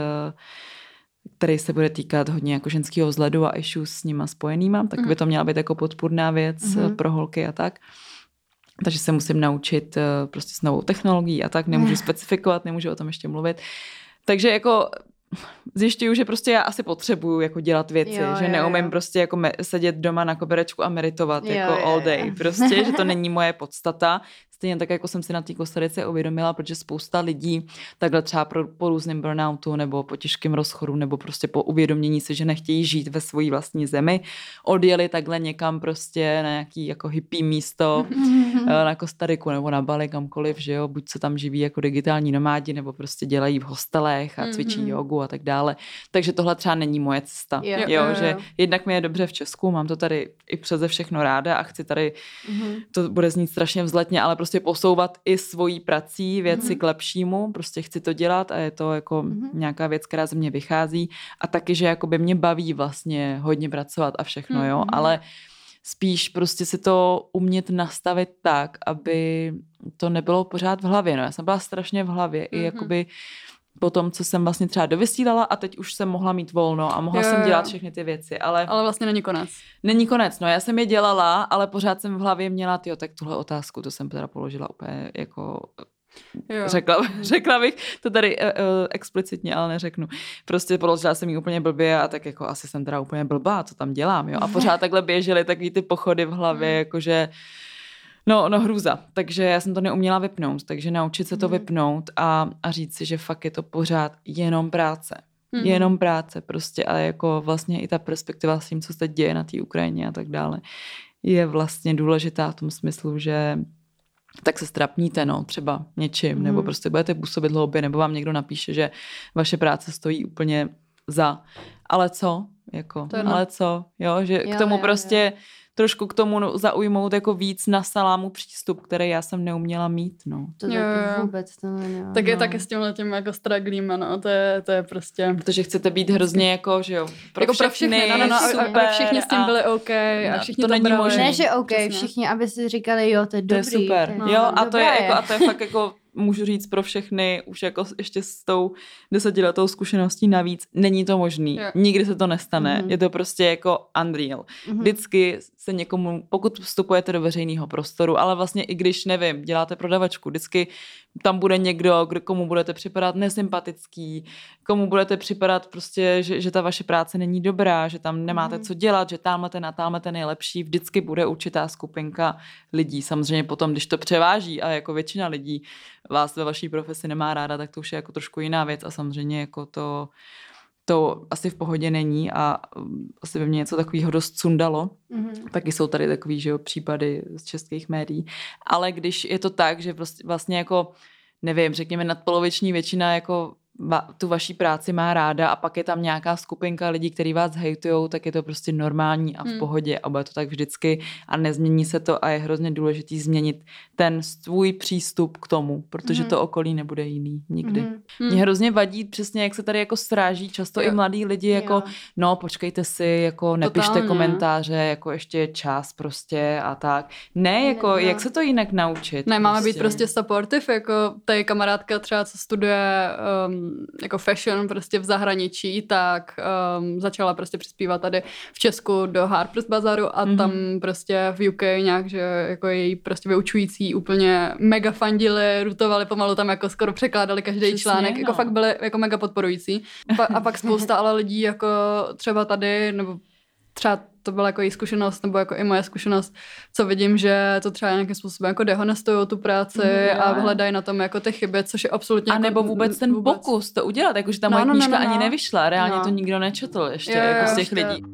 který se bude týkat hodně jako ženského vzhledu a issues s nima spojenýma, tak by to měla být jako podpůrná věc pro holky a tak. Takže se musím naučit prostě s novou technologií a tak, nemůžu specifikovat, nemůžu o tom ještě mluvit. Takže jako zjišťuju, že prostě já asi potřebuju jako dělat věci, že neumím prostě jako sedět doma na koberečku a meditovat jako all day, prostě, že to není moje podstata. Stejně tak, jako jsem si na té Kostarice uvědomila, protože spousta lidí takhle třeba po různém burnoutu nebo po těžkém rozchodu nebo prostě po uvědomění si, že nechtějí žít ve své vlastní zemi, odjeli takhle někam prostě na nějaký jako hippie místo na Kostariku nebo na Bali, kamkoliv, že jo, buď se tam živí jako digitální nomádi nebo prostě dělají v hostelech a cvičí jogu a tak dále. Takže tohle třeba není moje cesta, že jednak mi je dobře v Česku, mám to tady i přeze všechno ráda a chci tady, to bude znít strašně vzletně, ale prostě posouvat i svojí prací věci k lepšímu, prostě chci to dělat a je to jako nějaká věc, která ze mě vychází a taky, že jako by mě baví vlastně hodně pracovat a všechno, jo, ale spíš prostě si to umět nastavit tak, aby to nebylo pořád v hlavě, no, já jsem byla strašně v hlavě i jakoby po tom, co jsem vlastně třeba dovysílala a teď už jsem mohla mít volno a mohla jsem dělat všechny ty věci, ale vlastně není konec. Není konec, no já jsem je dělala, ale pořád jsem v hlavě měla, tak tuhle otázku, to jsem teda položila úplně jako... Řekla bych to tady explicitně, ale neřeknu. Prostě položila jsem jí úplně blbě a tak jako asi jsem teda úplně blbá, co tam dělám, jo. A pořád takhle běžely takový ty pochody v hlavě, jakože no hrůza. Takže já jsem to neuměla vypnout, takže naučit se to vypnout a říct si, že fakt je to pořád jenom práce. Jenom práce prostě, ale jako vlastně i ta perspektiva s tím, co se děje na té Ukrajině a tak dále, je vlastně důležitá v tom smyslu, že tak se strapníte, no, třeba něčím, nebo prostě budete působit hloubě, nebo vám někdo napíše, že vaše práce stojí úplně za. Ale co? Jako, ale co? Jo, že k tomu prostě trošku k tomu zaujmout jako víc na salámu přístup, který já jsem neuměla mít, no. To taky vůbec to neměla. Tak je taky s tímhletím jako straglíme, no, to je prostě... Protože chcete být hrozně jako, že jo, pro všechny, super. A všichni s tím byli OK a všichni to není možné. Ne, že OK, všichni, aby si říkali, jo, to je dobrý. To je super, jo, a to je jako, a to je fakt jako můžu říct pro všechny, už jako ještě s tou 10letou zkušeností navíc, není to možný. Nikdy se to nestane. Je to prostě jako unreal. Vždycky se někomu, pokud vstupujete do veřejného prostoru, ale vlastně i když, nevím, děláte prodavačku, vždycky tam bude někdo, komu budete připadat nesympatický, komu budete připadat prostě, že ta vaše práce není dobrá, že tam nemáte co dělat, že tamhle ten je lepší. Vždycky bude určitá skupinka lidí. Samozřejmě potom, když to převáží a jako většina lidí vás ve vaší profesi nemá ráda, tak to už je jako trošku jiná věc a samozřejmě jako to asi v pohodě není a asi by mě něco takového dost sundalo. Taky jsou tady takový, že jo, případy z českých médií. Ale když je to tak, že vlastně jako, nevím, řekněme nadpoloviční většina jako tu vaší práci má ráda a pak je tam nějaká skupinka lidí, kteří vás hejtujou, tak je to prostě normální a v pohodě a bude to tak vždycky a nezmění se to a je hrozně důležitý změnit ten svůj přístup k tomu, protože to okolí nebude jiný nikdy. Mě hrozně vadí přesně, jak se tady jako sráží často i mladí lidi jako no počkejte si, jako nepište komentáře, jako ještě je čas prostě a tak. Ne, jako jak se to jinak naučit? Ne, máme být prostě supportive, jako tady kamarádka třeba, co studuje jako fashion prostě v zahraničí, tak začala prostě přispívat tady v Česku do Harper's Bazaru a tam prostě v UK nějak, že jako její prostě vyučující úplně mega fandili, rutovali pomalu tam jako skoro překládali každý článek, jako fakt byli jako mega podporující. A pak spousta ale lidí jako třeba tady, nebo třeba to byla jako její zkušenost, nebo jako i moje zkušenost, co vidím, že to třeba nějakým způsobem jako dehonestujou tu práci a hledají na tom jako ty chyby, což je absolutně... A nebo jako vůbec ten pokus to udělat, jakože ta moje knížka ani nevyšla, reálně to nikdo nečetl ještě jako z těch lidí.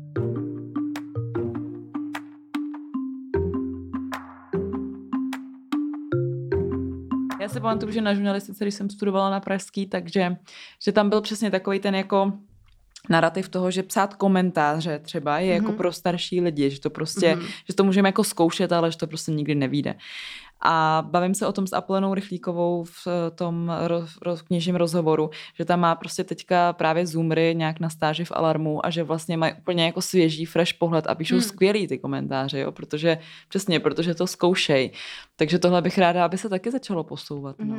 Já se pamatuju, že na žurnalistice, když jsem studovala na pražský, takže že tam byl přesně takový ten jako narrativ toho, že psát komentáře třeba je jako pro starší lidi, že to prostě, že to můžeme jako zkoušet, ale že to prostě nikdy nevyjde. A bavím se o tom s Apolenou Rychlíkovou v tom knižním rozhovoru, že tam má prostě teďka právě Zoomry nějak na stáži v Alarmu a že vlastně mají úplně jako svěží, fresh pohled a píšou skvělý ty komentáře, jo, protože to zkoušej. Takže tohle bych ráda, aby se taky začalo posouvat. No.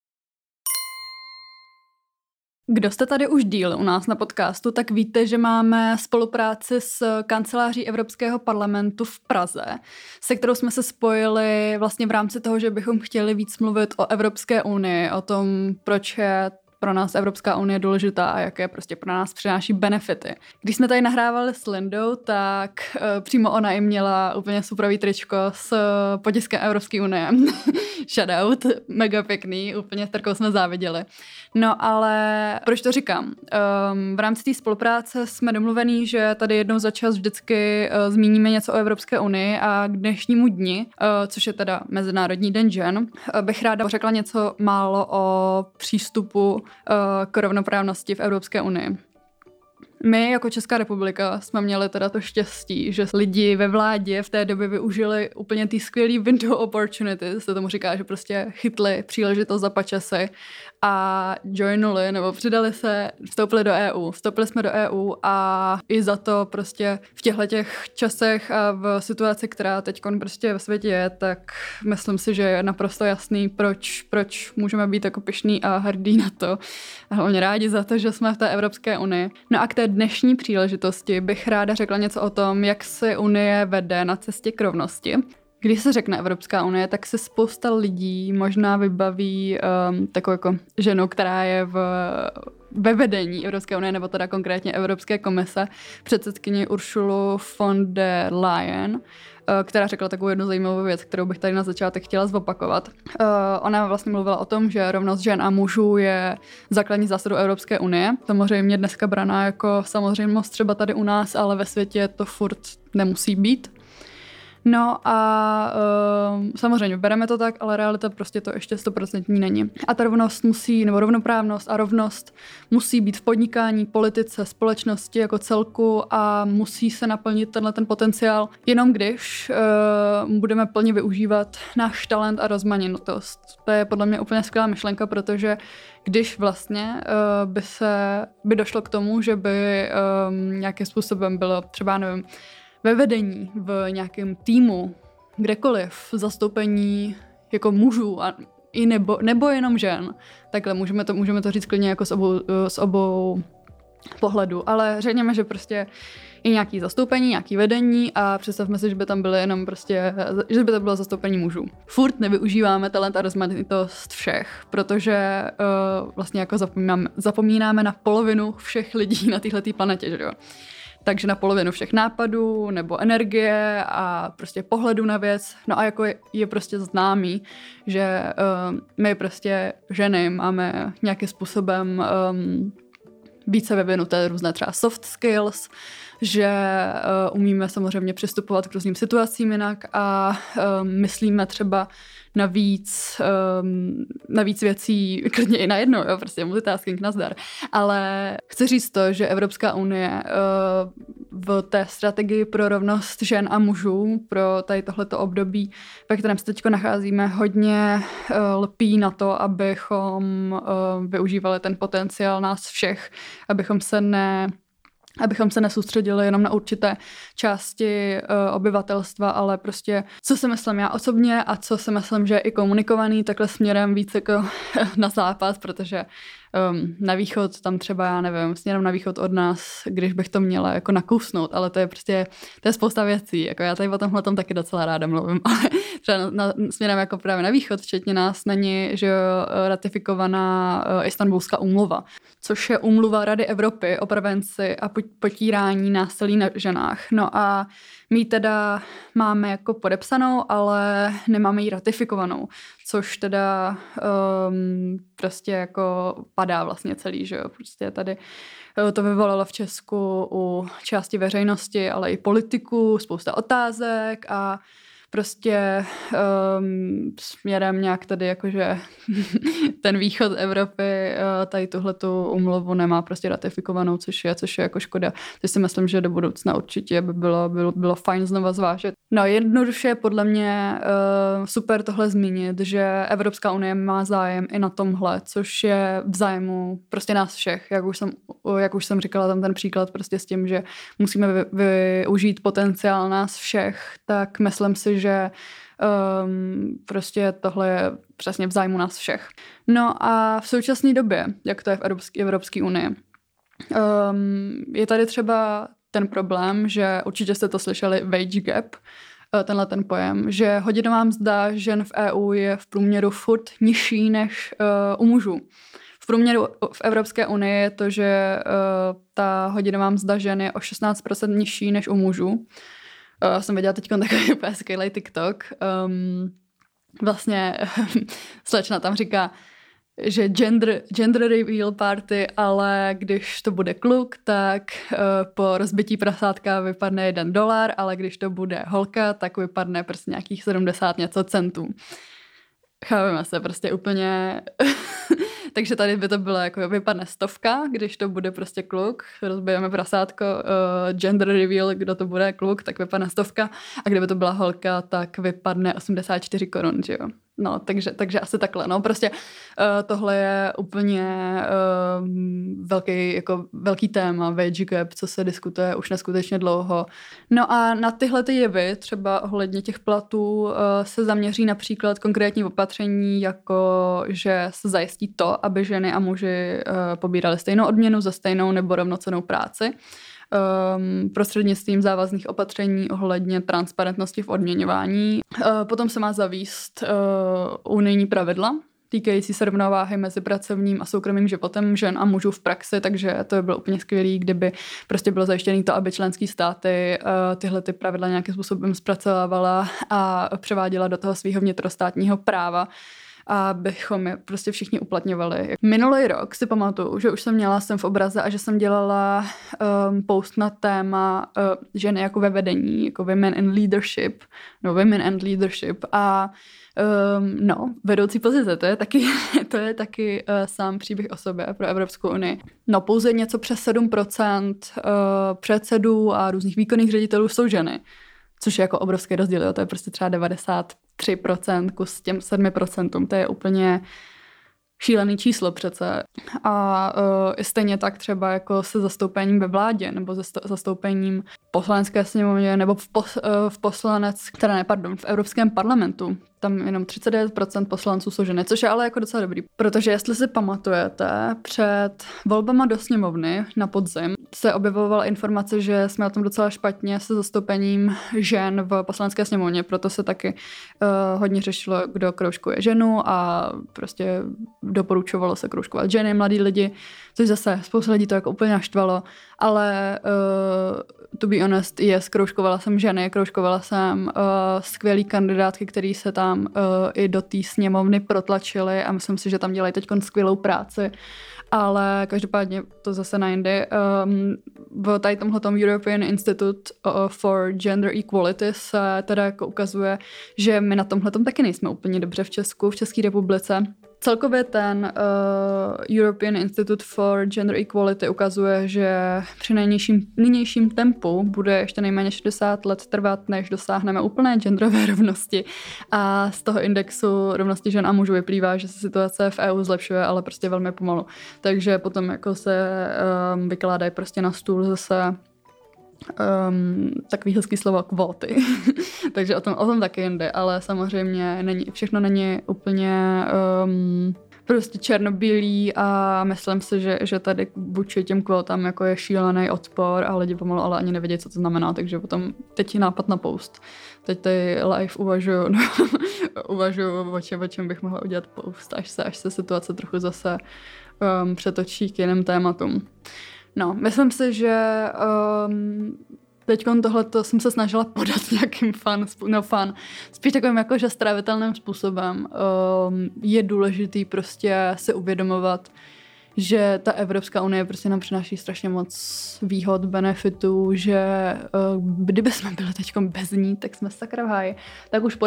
Kdo jste tady už díl u nás na podcastu, tak víte, že máme spolupráci s kanceláří Evropského parlamentu v Praze, se kterou jsme se spojili vlastně v rámci toho, že bychom chtěli víc mluvit o Evropské unii, o tom, proč je pro nás Evropská unie důležitá a jaké prostě pro nás přináší benefity. Když jsme tady nahrávali s Lindou, tak přímo ona i měla úplně superový tričko s potiskem Evropské unie. Shoutout, mega pěkný, úplně s Terkou jsme záviděli. No ale proč to říkám? V rámci té spolupráce jsme domluvení, že tady jednou za čas vždycky zmíníme něco o Evropské unii a k dnešnímu dni, což je teda Mezinárodní den žen, bych ráda řekla něco málo o přístupu k rovnoprávnosti v Evropské unii. My jako Česká republika jsme měli teda to štěstí, že lidi ve vládě v té době využili úplně ty skvělý window opportunities, se tomu říká, že prostě chytli příležitost za pačasy a joinuli nebo přidali se, vstoupili do EU. Vstoupili jsme do EU a i za to prostě v těch časech a v situaci, která teď prostě ve světě je, tak myslím si, že je naprosto jasný, proč můžeme být jako pyšný a hrdý na to. A hlavně rádi za to, že jsme v té Evropské unii. No a k té dnešní příležitosti bych ráda řekla něco o tom, jak se Unie vede na cestě k rovnosti. Když se řekne Evropská unie, tak se spousta lidí možná vybaví takovou jako ženu, která je ve vedení Evropské unie, nebo teda konkrétně Evropské komise, předsedkyni Ursulu von der Leyen, která řekla takovou jednu zajímavou věc, kterou bych tady na začátek chtěla zopakovat. Ona vlastně mluvila o tom, že rovnost žen a mužů je základní zásadou Evropské unie. Samozřejmě dneska braná jako samozřejmost třeba tady u nás, ale ve světě to furt nemusí být. No a samozřejmě bereme to tak, ale realita prostě to ještě 100% není. A ta rovnoprávnost a rovnost musí být v podnikání, politice, společnosti jako celku a musí se naplnit ten potenciál jenom když budeme plně využívat náš talent a rozmanitost. To je podle mě úplně skvělá myšlenka, protože když vlastně by došlo k tomu, že by nějakým způsobem bylo třeba, nevím, ve vedení, v nějakém týmu, kdekoliv, zastoupení jako mužů a i nebo jenom žen. Takhle můžeme to říct klidně jako z obou pohledů, ale řekněme, že prostě je nějaký zastoupení, nějaký vedení a představme si, že by tam byly jenom prostě, že by to bylo zastoupení mužů. Furt nevyužíváme talent a rozmanitost všech, protože vlastně jako zapomínáme na polovinu všech lidí na téhletý planetě, že jo. Takže na polovinu všech nápadů nebo energie a prostě pohledu na věc. No a jako je prostě známý, že my prostě ženy máme nějakým způsobem více vyvinuté různé třeba soft skills, že umíme samozřejmě přistupovat k různým situacím jinak a myslíme třeba na víc věcí, klidně i najednou, jo, prostě multitasking, nazdar. Ale chci říct to, že Evropská unie v té strategii pro rovnost žen a mužů, pro tady tohleto období, ve kterém se teď nacházíme, hodně lpí na to, abychom využívali ten potenciál nás všech, abychom se nesoustředili jenom na určité části obyvatelstva, ale prostě, co si myslím já osobně a co si myslím, že je i komunikovaný takhle směrem víc jako na západ, protože na východ tam třeba, já nevím, směrem na východ od nás, když bych to měla jako nakousnout, ale to je prostě, to je spousta věcí, jako já tady o tomhle tom taky docela ráda mluvím, ale třeba směrem jako právě na východ, včetně nás, není, že ratifikovaná Istanbulská úmluva, což je úmluva Rady Evropy o prevenci a potírání násilí na ženách. No a my teda máme jako podepsanou, ale nemáme ji ratifikovanou, což teda prostě jako padá vlastně celý, že jo, prostě tady to vyvolalo v Česku u části veřejnosti, ale i politiků, spousta otázek a prostě směrem nějak tady jakože ten východ Evropy tady tuhletu úmluvu nemá prostě ratifikovanou, což je jako škoda. To si myslím, že do budoucna určitě by bylo fajn znova zvážit. No jednoduše podle mě super tohle zmínit, že Evropská unie má zájem i na tomhle, což je v zájmu prostě nás všech. Jak už jsem říkala, tam ten příklad prostě s tím, že musíme využít potenciál nás všech, tak myslím si, že prostě tohle je přesně v zájmu nás všech. No a v současné době, jak to je v Evropské unii, je tady třeba ten problém, že určitě jste to slyšeli, wage gap, tenhle ten pojem, že hodinová mzda žen v EU je v průměru furt nižší než u mužů. V průměru v Evropské unii je to, že ta hodinová mzda žen je o 16% nižší než u mužů. Jsem viděla teď takový úplně skvělej TikTok. Vlastně slečna tam říká, že gender reveal party, ale když to bude kluk, tak po rozbití prasátka vypadne $1, ale když to bude holka, tak vypadne prostě nějakých 70 něco centů. Chápeme se prostě úplně... Takže tady by to bylo jako vypadne 100, když to bude prostě kluk, rozbijeme prasátko, gender reveal, kdo to bude kluk, tak vypadne 100 a kdyby to byla holka, tak vypadne 84 korun, že jo. No, takže asi takhle, no, prostě tohle je úplně velký téma, wage gap, co se diskutuje už neskutečně dlouho. No a na tyhle ty jevy, třeba ohledně těch platů, se zaměří například konkrétní opatření, jako že se zajistí to, aby ženy a muži pobírali stejnou odměnu za stejnou nebo rovnocennou práci, prostřednictvím závazných opatření ohledně transparentnosti v odměňování. Potom se má zavést unijní pravidla týkající se rovnováhy mezi pracovním a soukromým životem žen a mužů v praxi, takže to by bylo úplně skvělý, kdyby prostě bylo zajištěné to, aby členské státy tyhle ty pravidla nějakým způsobem zpracovávala a převáděla do toho svého vnitrostátního práva, abychom je prostě všichni uplatňovali. Minulý rok si pamatuju, že už jsem v obraze a že jsem dělala post na téma ženy jako ve vedení, jako women in leadership, no women and leadership a vedoucí pozice, to je taky sám příběh o sobě pro Evropskou unii. No pouze něco přes 7% předsedů a různých výkonných ředitelů jsou ženy, což je jako obrovský rozdíl, jo? To je prostě třeba 93% kus těm 7%, to je úplně šílený číslo přece. A stejně tak třeba jako se zastoupením ve vládě nebo zastoupením v poslanecké sněmovně nebo v Evropském parlamentu. Tam jenom 39% poslanců jsou ženy, což je ale jako docela dobrý. Protože jestli si pamatujete, před volbama do sněmovny na podzim se objevovala informace, že jsme na tom docela špatně se zastoupením žen v poslanecké sněmovně, proto se taky hodně řešilo, kdo kroužkuje ženu a prostě doporučovalo se kroužkovat ženy, mladí lidi, což zase spousta lidí to jako úplně naštvalo, ale to be honest, kroužkovala jsem ženy, kroužkovala jsem skvělý kandidátky, který se tam i do té sněmovny protlačily a myslím si, že tam dělají teď skvělou práci, ale každopádně to zase na jindy. V tady tomhletom European Institute for Gender Equality se teda jako ukazuje, že my na tomhletom taky nejsme úplně dobře v Česku, v České republice. Celkově ten European Institute for Gender Equality ukazuje, že při nynějším tempu bude ještě nejméně 60 let trvat, než dosáhneme úplné genderové rovnosti. A z toho indexu rovnosti žen a mužů vyplývá, že se situace v EU zlepšuje, ale prostě velmi pomalu. Takže potom jako se vykládají prostě na stůl zase takový hezký slovo kvóty. Takže o tom taky jinde, ale samozřejmě všechno není úplně prostě černobílý a myslím si, že tady vůči těm kvótám jako je šílený odpor a lidi pomalu ale ani nevědí, co to znamená, takže potom teď je nápad na post. Teď tady live uvažuji o čem bych mohla udělat post, až se situace trochu zase přetočí k jiným tématům. No, myslím si, že teďkon tohleto jsem se snažila podat nějakým spíš takovým jakože stravitelným způsobem. Je důležitý prostě si uvědomovat, že ta Evropská unie prostě nám přináší strašně moc výhod, benefitů, že kdyby jsme byli teďkon bez ní, tak jsme sakra v háji. Tak už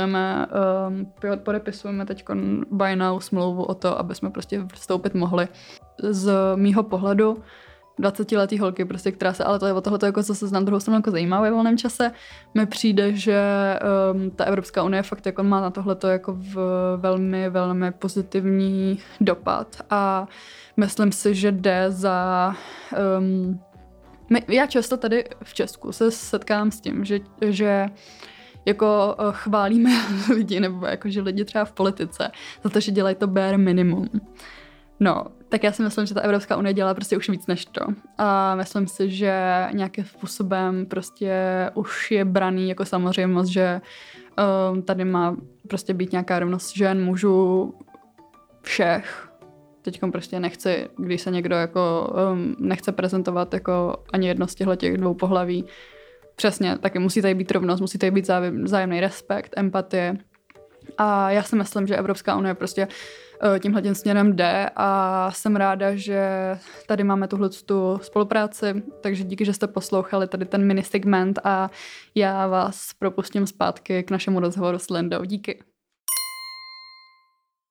podepisujeme teďkon by now smlouvu o to, aby jsme prostě vstoupit mohli. Z mýho pohledu 20letý holky, prostě, která se, ale to je o tohleto jako zase na druhou stranu jako zajímá ve volném čase. Mi přijde, že ta Evropská unie fakt jako má na tohleto jako velmi, velmi pozitivní dopad a myslím si, že jde za... já často tady v Česku se setkám s tím, že jako chválíme lidi, nebo jako, že lidi třeba v politice za to, že dělají to bare minimum. No, tak já si myslím, že ta Evropská unie dělá prostě už víc než to. A myslím si, že nějakým způsobem prostě už je braný jako samozřejmost, že tady má prostě být nějaká rovnost žen, mužů, všech. Teďkom prostě nechci, když se někdo jako nechce prezentovat jako ani jedno z těch dvou pohlaví. Přesně, taky musí tady být rovnost, musí tady být vzájemný respekt, empatie. A já si myslím, že Evropská unie prostě tímhle směrem jde a jsem ráda, že tady máme tuhletu spolupráci, takže díky, že jste poslouchali tady ten mini segment a já vás propustím zpátky k našemu rozhovoru s Lindou. Díky.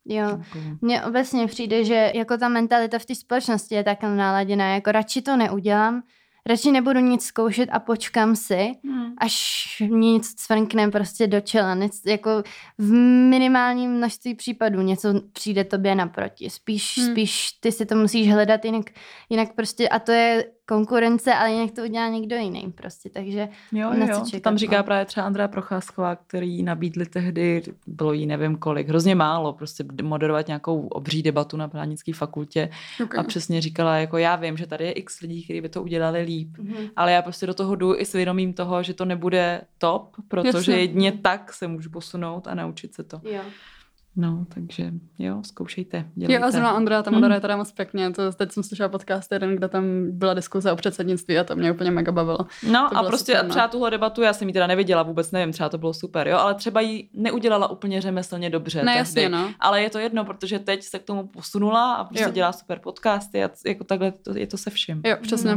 Jo, mně obecně přijde, že jako ta mentalita v té společnosti je takhle naladěná, jako radši to neudělám, radši nebudu nic zkoušet a počkám si, až mě nic cvrkne prostě do čela. Jako v minimálním množství případů něco přijde tobě naproti. Spíš ty si to musíš hledat jinak prostě, a to je konkurence, ale jinak to udělá někdo jiný prostě, takže jo, to tam říká právě třeba Andrea Procházková, který nabídli tehdy, bylo jí nevím kolik, hrozně málo, prostě moderovat nějakou obří debatu na právnické fakultě a přesně říkala, jako já vím, že tady je x lidí, kteří by to udělali líp, ale já prostě do toho jdu i s vědomím toho, že to nebude top, protože jedině tak se můžu posunout a naučit se to. Jo. No, takže jo, zkoušejte, dělejte. Jo, a zrovna Andrea tam moderuje teda moc pěkně. Teď jsem slyšela podcast jeden, kde tam byla diskuze o předsednictví a to mě úplně mega bavilo. No a prostě super, třeba tuhle debatu, já jsem ji teda neviděla, vůbec nevím, třeba to bylo super, jo, ale třeba ji neudělala úplně řemeslně dobře. Ne, jasně, no. Ale je to jedno, protože teď se k tomu posunula a prostě dělá super podcasty a jako takhle je to se vším. Jo, přesně.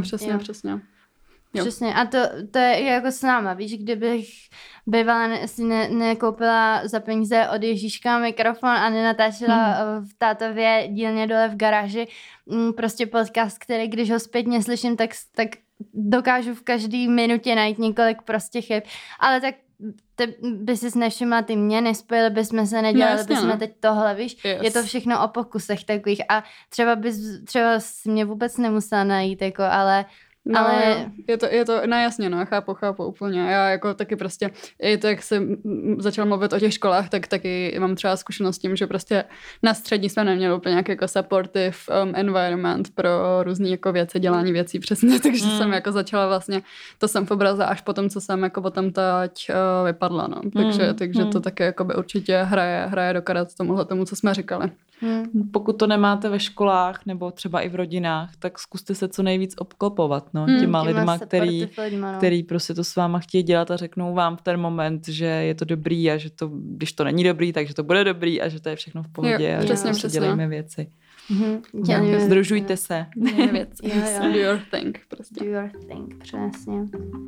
Jo. Přesně, a to je jako s náma, víš, kdybych bývala si nekoupila za peníze od Ježíška mikrofon a nenatáčela v tátově dílně dole v garáži prostě podcast, který když ho zpětně slyším, tak dokážu v každý minutě najít několik prostě chyb, ale tak by si nevšimla ty mě, nespojili bychom se, nedělali bychom teď tohle, víš, je to všechno o pokusech takových a třeba si mě vůbec nemusela najít, jako, ale je to nejasně, no, chápu úplně. Já jako taky prostě, i to, jak jsem začala mluvit o těch školách, tak taky mám třeba zkušenost s tím, že prostě na střední jsme neměli úplně nějaký jako supportive environment pro různý jako věci, dělání věcí přesně, takže jsem jako začala vlastně, to jsem v obraze až potom, co jsem jako potom teď vypadla, no. Takže to taky jako by určitě hraje do karet tomu, co jsme říkali. Pokud to nemáte ve školách nebo třeba i v rodinách, tak zkuste se co nejvíc obklopovat, no, těma lidma, který prostě to s váma chtějí dělat a řeknou vám v ten moment, že je to dobrý a že to, když to není dobrý, takže to bude dobrý a že to je všechno v pohodě a že prostě dělejme věci. Združujte se. Do your thing. Prostě. Do your thing, přesně.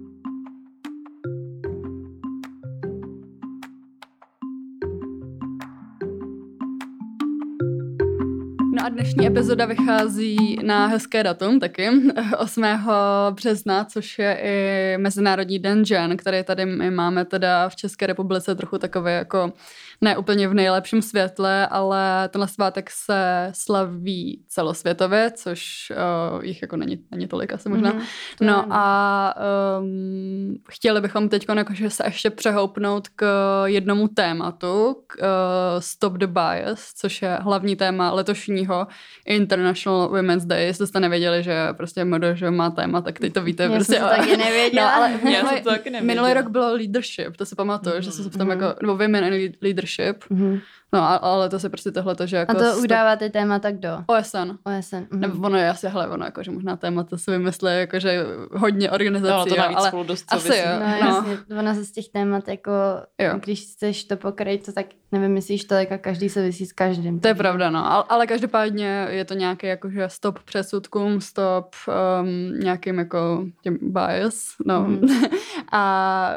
No a dnešní epizoda vychází na hezké datum taky, 8. března, což je i Mezinárodní den žen, který tady my máme teda v České republice trochu takový jako ne úplně v nejlepším světle, ale tenhle svátek se slaví celosvětově, což jich jako není tolik asi možná. No a chtěli bychom teď jakože se ještě přehoupnout k jednomu tématu, k Stop the Bias, což je hlavní téma letošního International Women's Day. Jestli jste nevěděli, že prostě MDŽ má téma, tak teď to víte. Já prostě, jsem to taky nevěděla. No, ale minulý rok bylo leadership, to si pamatuju, že se tam jako, nebo women in leadership. No, ale to se prostě tohleto, že jako... A to udáváte témata kdo? OSN. Nebo ono je asi, ono jako, že možná témata se vymyslí, jako, že hodně organizací, no, to navíc ale spolu dost asi jo. No, jasně, ono se z těch témat, jako, když chceš to pokrýt, to tak nevymyslíš tolik a každý se vysí s každým. To je pravda, no, ale každopádně je to nějaký, jakože stop přesudkům, stop nějakým, jako, těm bias, no. A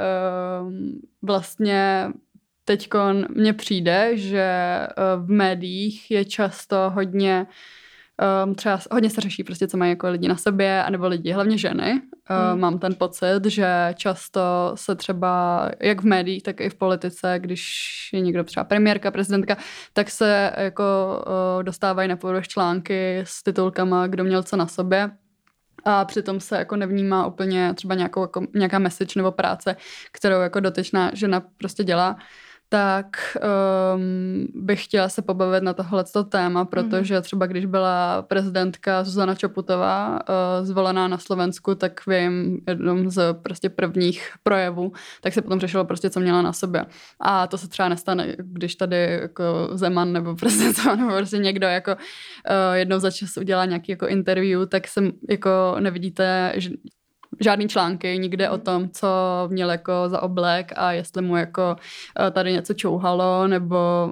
vlastně teďkon mně přijde, že v médiích je často hodně, třeba hodně se řeší prostě, co mají jako lidi na sobě, anebo lidi, hlavně ženy. Mám ten pocit, že často se třeba, jak v médiích, tak i v politice, když je někdo třeba premiérka, prezidentka, tak se jako dostávají na povrch články s titulkama, kdo měl co na sobě. A přitom se jako nevnímá úplně třeba nějaká message nebo práce, kterou jako dotyčná žena prostě dělá. Tak bych chtěla se pobavit na tohleto téma, protože třeba když byla prezidentka Zuzana Čaputová zvolená na Slovensku, tak v jejím jednom z prostě prvních projevů, tak se potom řešilo prostě, co měla na sobě. A to se třeba nestane, když tady jako Zeman nebo prezident nebo prostě někdo jako jednou za čas udělá nějaký jako interview, tak se jako nevidíte žádný články nikde o tom, co měl jako za oblek a jestli mu jako tady něco čouhalo, nebo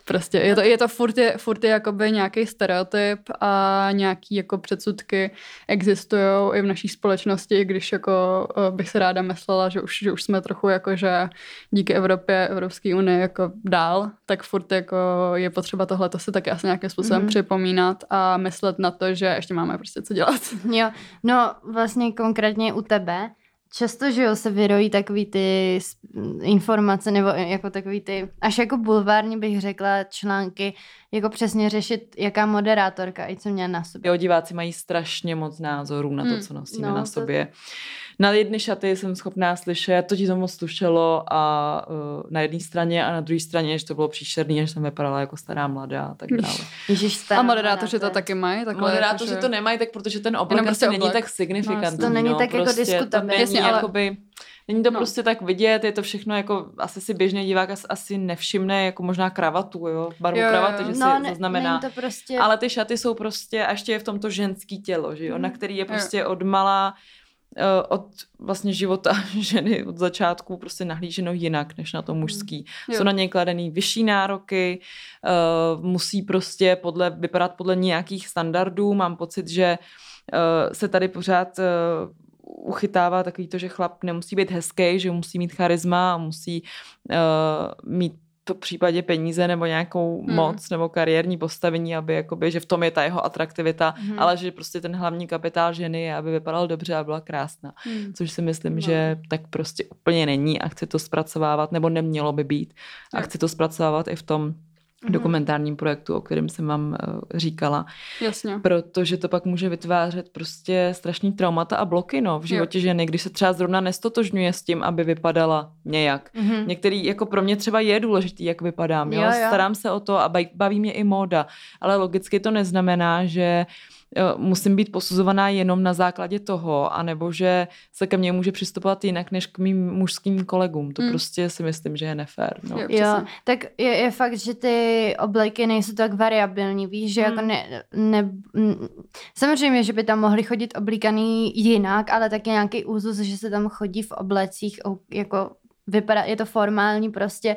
Prostě je to furt je jakoby nějaký stereotyp a nějaký jako předsudky existujou i v naší společnosti, i když jako bych se ráda myslela, že už jsme trochu jako, že díky Evropě, Evropské unii jako dál, tak furt jako je potřeba tohleto si taky asi nějakým způsobem připomínat a myslet na to, že ještě máme prostě co dělat. Jo, no vlastně konkrétně u tebe často, že jo, se vyrojí takový ty informace nebo jako takový ty, až jako bulvární bych řekla, články, jako přesně řešit, jaká moderátorka i co měla na sobě. Jo, diváci mají strašně moc názorů na to, co nosíme na sobě. Na jedny šaty jsem schopná slyšet, to ti to moc tušelo a na jedné straně a na druhé straně, že to bylo příšerný, že jsem vypadala jako stará mladá a tak dále. A moderátoři to taky mají? Moderátoři to nemají, tak protože ten oblek asi není tak signifikantní. To není tak jako diskutabilní. Není to prostě tak vidět, je to všechno jako, asi si běžný divák asi nevšimne, jako možná kravatu, jo, barvu kravaty, že si zaznamená. Prostě... Ale ty šaty jsou prostě, a ještě je v tomto ženský tělo, že jo, na který je prostě odmala od vlastně života ženy od začátku prostě nahlíženo jinak, než na to mužský. Jsou na něj kladený vyšší nároky, musí prostě vypadat podle nějakých standardů. Mám pocit, že se tady pořád uchytává takový to, že chlap nemusí být hezký, že musí mít charisma a musí mít v případě peníze nebo nějakou moc nebo kariérní postavení, aby jakoby, že v tom je ta jeho atraktivita, ale že prostě ten hlavní kapitál ženy je, aby vypadal dobře a byla krásná. Což si myslím, že tak prostě úplně není a chci to zpracovávat, nebo nemělo by být. A chci to zpracovávat i v tom dokumentárním projektu, o kterém jsem vám říkala. Jasně. Protože to pak může vytvářet prostě strašný traumata a bloky v životě ženy, když se třeba zrovna nestotožňuje s tím, aby vypadala nějak. Některý, jako pro mě třeba je důležitý, jak vypadám. Jo? Starám se o to a baví mě i móda. Ale logicky to neznamená, že musím být posuzovaná jenom na základě toho, anebo že se ke mně může přistupovat jinak než k mým mužským kolegům. To prostě si myslím, že je nefér. No. Jo, tak je fakt, že ty obleky nejsou tak variabilní, víš, že jako samozřejmě, že by tam mohli chodit oblíkaný jinak, ale taky nějaký úzus, že se tam chodí v oblecích, jako vypadá, je to formální prostě.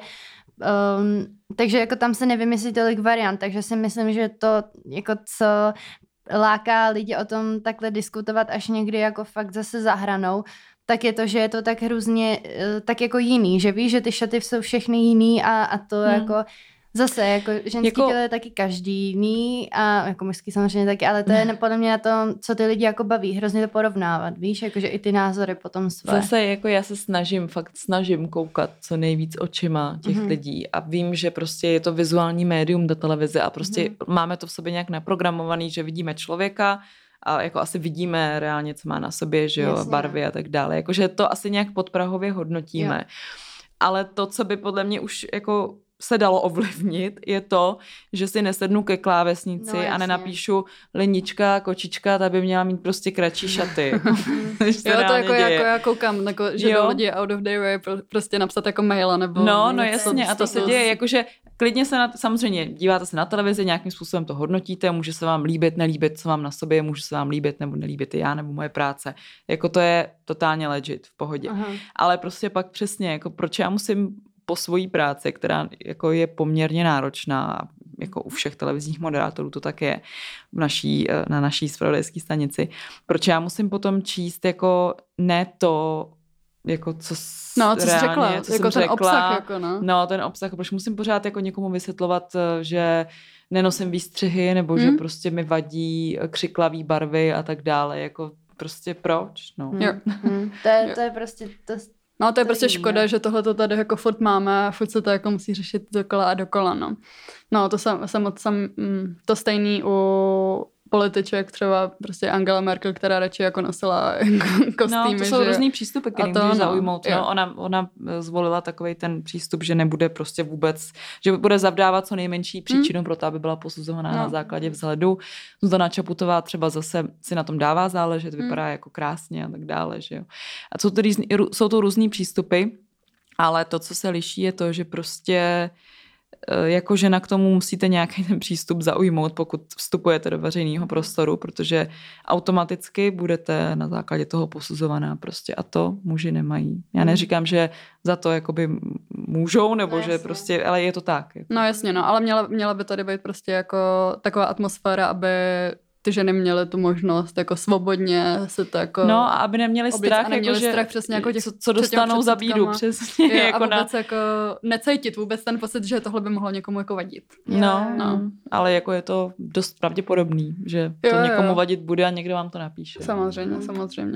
Takže jako tam se nevymyslí tolik variant, takže si myslím, že to jako co láká lidi o tom takhle diskutovat až někdy jako fakt zase za hranou, tak je to, že je to tak hrozně, tak jako jiný, že víš, že ty šaty jsou všechny jiný a to jako zase, jako ženský tělo je taky každý jiný a jako mužský samozřejmě taky, ale to je podle mě na tom, co ty lidi jako baví, hrozně to porovnávat, víš, jakože i ty názory potom své. Zase jako já se snažím koukat co nejvíc očima těch lidí a vím, že prostě je to vizuální médium do televize a prostě máme to v sobě nějak naprogramovaný, že vidíme člověka a jako asi vidíme reálně, co má na sobě, že jo, jasně, barvy a tak dále, jakože to asi nějak podprahově hodnotíme. Jo. Ale to, co by podle mě už jako se dalo ovlivnit, je to, že si nesednu ke klávesnici a nenapíšu Lenička, kočička, ta by měla mít prostě kratší šaty. Jo, to jako já koukám, jako, že do lidi out of their way prostě napsat jako maila nebo... No jasně, a to se děje, jakože klidně se samozřejmě díváte se na televizi, nějakým způsobem to hodnotíte, může se vám líbit, nelíbit, co mám na sobě, může se vám líbit nebo nelíbit já nebo moje práce. Jako to je totálně legit, v pohodě. Aha. Ale prostě pak přesně, jako proč já musím po svojí práci, která jako je poměrně náročná, jako u všech televizních moderátorů to tak je na naší zpravodajské stanici. Proč já musím potom číst jako ne to, jako co co jsi řekla, co jako ten řekla, obsah. Jako, no, ten obsah, proč musím pořád jako někomu vysvětlovat, že nenosím výstřihy, nebo že prostě mi vadí křiklavý barvy a tak dále, jako prostě proč, no. To je prostě... No to je prostě škoda, že tohle to tady jako furt máme a furt se to jako musí řešit dokola a dokola, no. No to to stejný u političek, třeba prostě Angela Merkel, která radši jako nosila kostýmy. No to jsou různý přístupy, který můžeš zaujmout. No, ona zvolila takovej ten přístup, že nebude prostě vůbec, že bude zavdávat co nejmenší příčinu pro to, aby byla posuzovaná na základě vzhledu. Zuzana Čaputová třeba zase si na tom dává záležet, vypadá jako krásně a tak dále. Že jo. A jsou to různý přístupy, ale to, co se liší, je to, že prostě jako žena k tomu musíte nějaký ten přístup zaujmout, pokud vstupujete do veřejného prostoru, protože automaticky budete na základě toho posuzovaná prostě a to muži nemají. Já neříkám, že za to jakoby můžou, nebo že prostě, ale je to tak. Jako. No jasně, no, ale měla by tady být prostě jako taková atmosféra, aby ty ženy měly tu možnost jako svobodně se to jako... No a aby neměli strach, neměli jako, strach přesně jako těch, co dostanou za bídu, přesně. Jo, jako a vůbec jako necítit vůbec ten pocit, že tohle by mohlo někomu jako vadit. No, ale jako je to dost pravděpodobný, že to někomu vadit bude a někdo vám to napíše. Samozřejmě.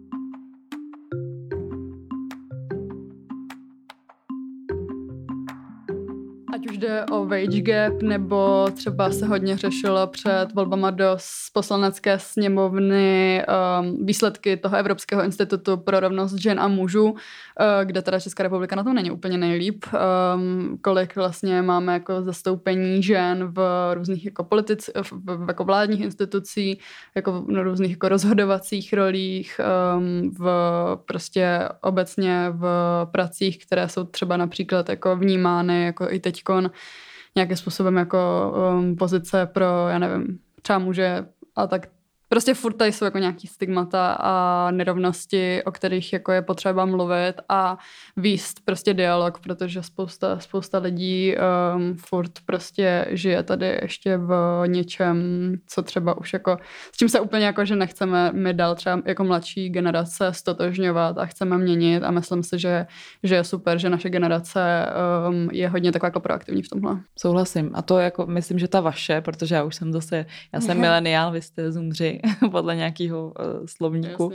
Ať už jde o wage gap, nebo třeba se hodně řešilo před volbama do poslanecké sněmovny výsledky toho Evropského institutu pro rovnost žen a mužů, kde teda Česká republika na tom není úplně nejlíp. Kolik vlastně máme jako zastoupení žen v různých jako jako vládních institucí, jako v různých jako rozhodovacích rolích, v prostě obecně v pracích, které jsou třeba například jako vnímány jako i teďkon nějakým způsobem jako pozice pro, já nevím, třeba muže a tak. Prostě furt tady jsou jako nějaký stigmata a nerovnosti, o kterých jako je potřeba mluvit a vést prostě dialog, protože spousta lidí furt prostě žije tady ještě v něčem, co třeba už jako, s čím se úplně jako, že nechceme my dál třeba jako mladší generace stotožňovat a chceme měnit a myslím si, že je super, že naše generace je hodně taková jako proaktivní v tomhle. Souhlasím a to jako myslím, že ta vaše, protože já jsem mileniál, vy jste zoomři, podle nějakého slovníku.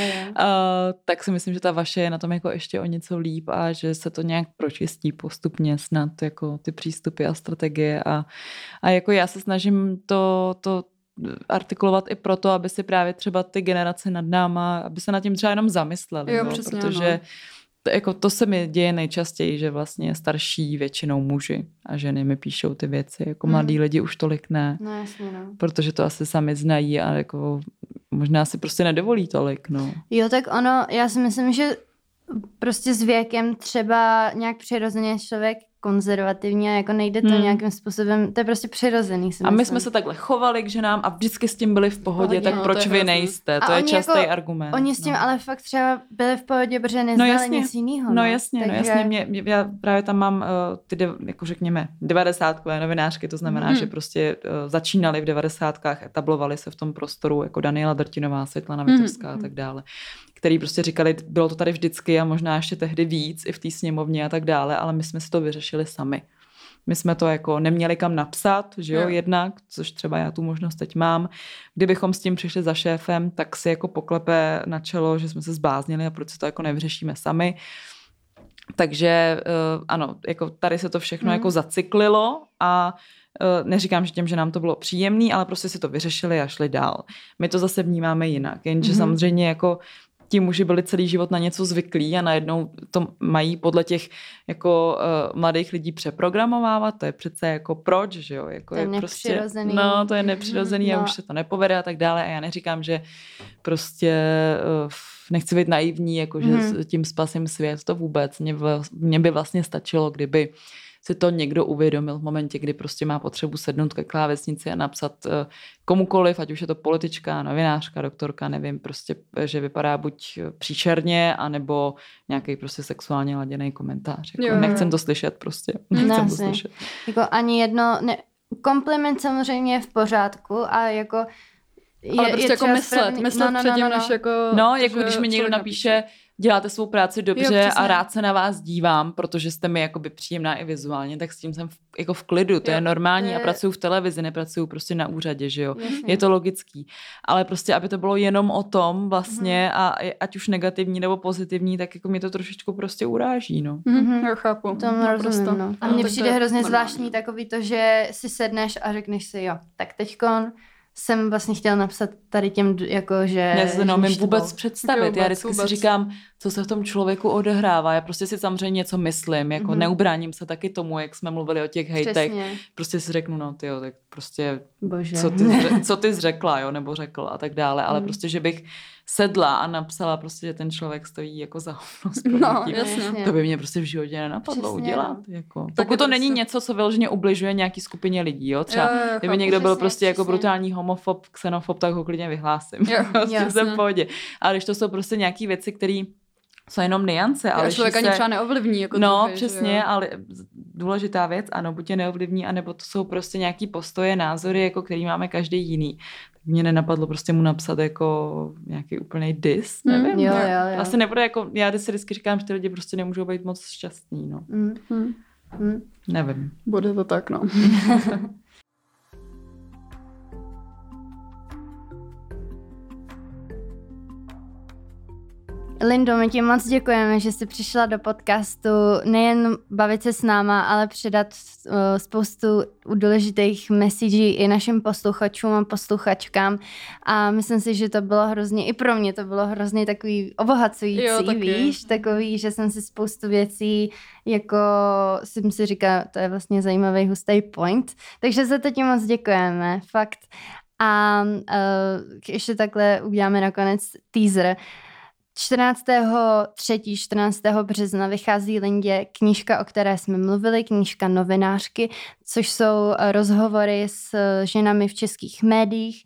Tak si myslím, že ta vaše je na tom jako ještě o něco líp a že se to nějak pročistí postupně snad jako ty přístupy a strategie a jako já se snažím to artikulovat i proto, aby si právě třeba ty generace nad náma, aby se nad tím třeba jenom zamysleli, přesně, protože jako to se mi děje nejčastěji, že vlastně starší většinou muži a ženy mi píšou ty věci, jako mladí lidi už tolik ne. No jasně, no. Protože to asi sami znají a jako možná si prostě nedovolí tolik, no. Jo, tak ono, já si myslím, že prostě s věkem třeba nějak přirozeně člověk konzervativní a jako nejde to nějakým způsobem, to je prostě přirozený. A my jsme se takhle chovali k ženám a vždycky s tím byli v pohodě, tak proč vy nejste? To je častý jako, argument. Oni s tím ale fakt třeba byli v pohodě, protože neznali nic jiného. No jasně, já právě tam mám ty, jako řekněme, 90kové novinářky, to znamená, že prostě začínali v 90kách, etablovali se v tom prostoru, jako Daniela Drtinová, Světlana Vitovská a tak dále, který prostě říkali, bylo to tady vždycky a možná ještě tehdy víc i v té sněmovně a tak dále, ale my jsme si to vyřešili sami. My jsme to jako neměli kam napsat, že jo, jednak, což třeba já tu možnost teď mám. Kdybychom s tím přišli za šéfem, tak si jako poklepe na čelo, že jsme se zbláznili a proč si to jako nevyřešíme sami. Takže ano, jako tady se to všechno jako zacyklilo a neříkám, že těm, že nám to bylo příjemný, ale prostě si to vyřešili a šli dál. My to zase vnímáme jinak, jenže samozřejmě jako ti muži byli celý život na něco zvyklí a najednou to mají podle těch jako mladých lidí přeprogramovávat, to je přece jako proč, že jo? Jako to je nepřirozený. Prostě, no, to je nepřirozený a už se to nepovede a tak dále a já neříkám, že prostě nechci být naivní, jako že tím spasím svět, to vůbec. Mně by vlastně stačilo, kdyby si to někdo uvědomil v momentě, kdy prostě má potřebu sednout ke klávesnici a napsat komukoliv, ať už je to politička, novinářka, doktorka, nevím, prostě, že vypadá buď příšerně, anebo nějaký prostě sexuálně laděný komentář. Jako nechcem to slyšet prostě. Nechcem to slyšet. Jako ani jedno, kompliment samozřejmě je v pořádku a jako ale prostě jako myslet předtím, než jako... No, jako když mi někdo napíše, děláte svou práci dobře a rád se na vás dívám, protože jste mi jakoby příjemná i vizuálně, tak s tím jsem jako v klidu, to je normální a pracuju v televizi, nepracuju prostě na úřadě, že jo. Je to logický. Ale prostě, aby to bylo jenom o tom vlastně a ať už negativní nebo pozitivní, tak jako mě to trošičku prostě uráží, no. Já chápu. To rozumím, no. A mně přijde hrozně zvláštní takový to, že si sedneš a řekneš si, jo, tak teďkon jsem vlastně chtěla napsat tady těm, jako, že... Já se neumím vůbec představit. Já vždycky si říkám, co se v tom člověku odehrává. Já prostě si samozřejmě něco myslím, jako neubráním se taky tomu, jak jsme mluvili o těch hejtech. Prostě si řeknu, no tyjo, tak prostě co ty jsi řekla, jo, nebo řekl a tak dále, ale prostě, že bych sedla a napsala prostě, že ten člověk stojí jako za hovnost. No, jasně. To by mě prostě v životě nenapadlo udělat. Jako. Pokud to není něco, co vyloženě ubližuje nějaký skupině lidí, jo, třeba kdyby někdo byl prostě jako brutální homofob, xenofob, tak ho klidně vyhlásím. Jsem v pohodě. Ale když to jsou prostě nějaký věci, které jsou jenom niance. Ale člověk ani třeba neovlivní. Jako no, přesně, ale důležitá věc, ano, buď je neovlivní, anebo to jsou prostě nějaký postoje, názory, jako který máme každý jiný. Mě nenapadlo prostě mu napsat jako nějaký úplný diss, nevím. Jo. Asi nebude jako, já si vždycky říkám, že ty lidi prostě nemůžou být moc šťastní, no. Nevím. Bude to tak, no. Lindo, my ti moc děkujeme, že jsi přišla do podcastu nejen bavit se s náma, ale předat spoustu důležitých messagí i našim posluchačům a posluchačkám a myslím si, že to bylo hrozně, i pro mě to bylo hrozně takový obohacující, víš, takový, že jsem si spoustu věcí, jako jsem si říkala, to je vlastně zajímavý hustý point, takže za to ti moc děkujeme, fakt. A ještě takhle uděláme nakonec teaser. 14. března vychází Lindě knížka, o které jsme mluvili, knížka Novinářky, což jsou rozhovory s ženami v českých médiích.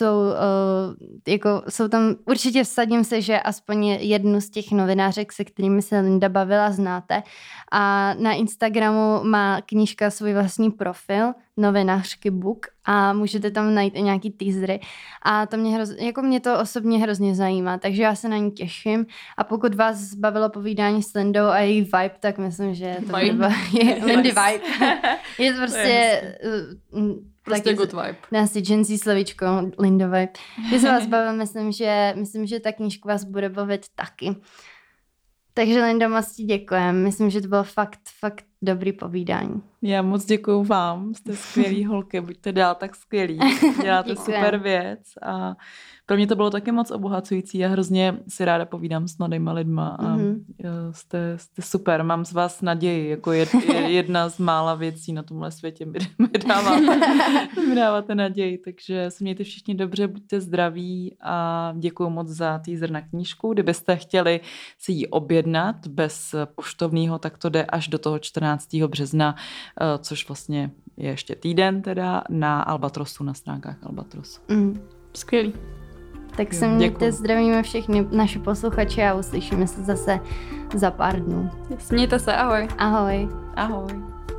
Jsou tam, určitě vsadím se, že aspoň jednu z těch novinářek, se kterými se Linda bavila, znáte. A na Instagramu má knížka svůj vlastní profil, Novinářky book, a můžete tam najít i nějaký teasery. A to mě to osobně hrozně zajímá, takže já se na ní těším. A pokud vás bavilo povídání s Lindou a její vibe, tak myslím, že to Lindy vibe. Je to prostě... Prostě good vibe. Dá si Gen Z slovíčko, Linda vibe. Když se vás bavil, myslím, že ta knížka vás bude bavit taky. Takže Lindo, moc ti děkujem. Myslím, že to bylo fakt dobrý povídání. Já moc děkuju vám. Jste skvělý holky, buďte dál tak skvělí. Děláte super věc a pro mě to bylo taky moc obohacující. Já hrozně si ráda povídám s mladýma lidma a jste super. Mám z vás naději, jako jedna z mála věcí na tomhle světě mi dáváte naději, takže se mějte všichni dobře, buďte zdraví a děkuju moc za teaser na knížku. Kdybyste chtěli si ji objednat bez poštovního, tak to jde až do toho 14. března, což vlastně je ještě týden teda, na Albatrosu, na stránkách Albatrosu. Skvělý. Tak se mějte, zdravíme všechny naši posluchače a uslyšíme se zase za pár dnů. Mějte se, ahoj. Ahoj. Ahoj.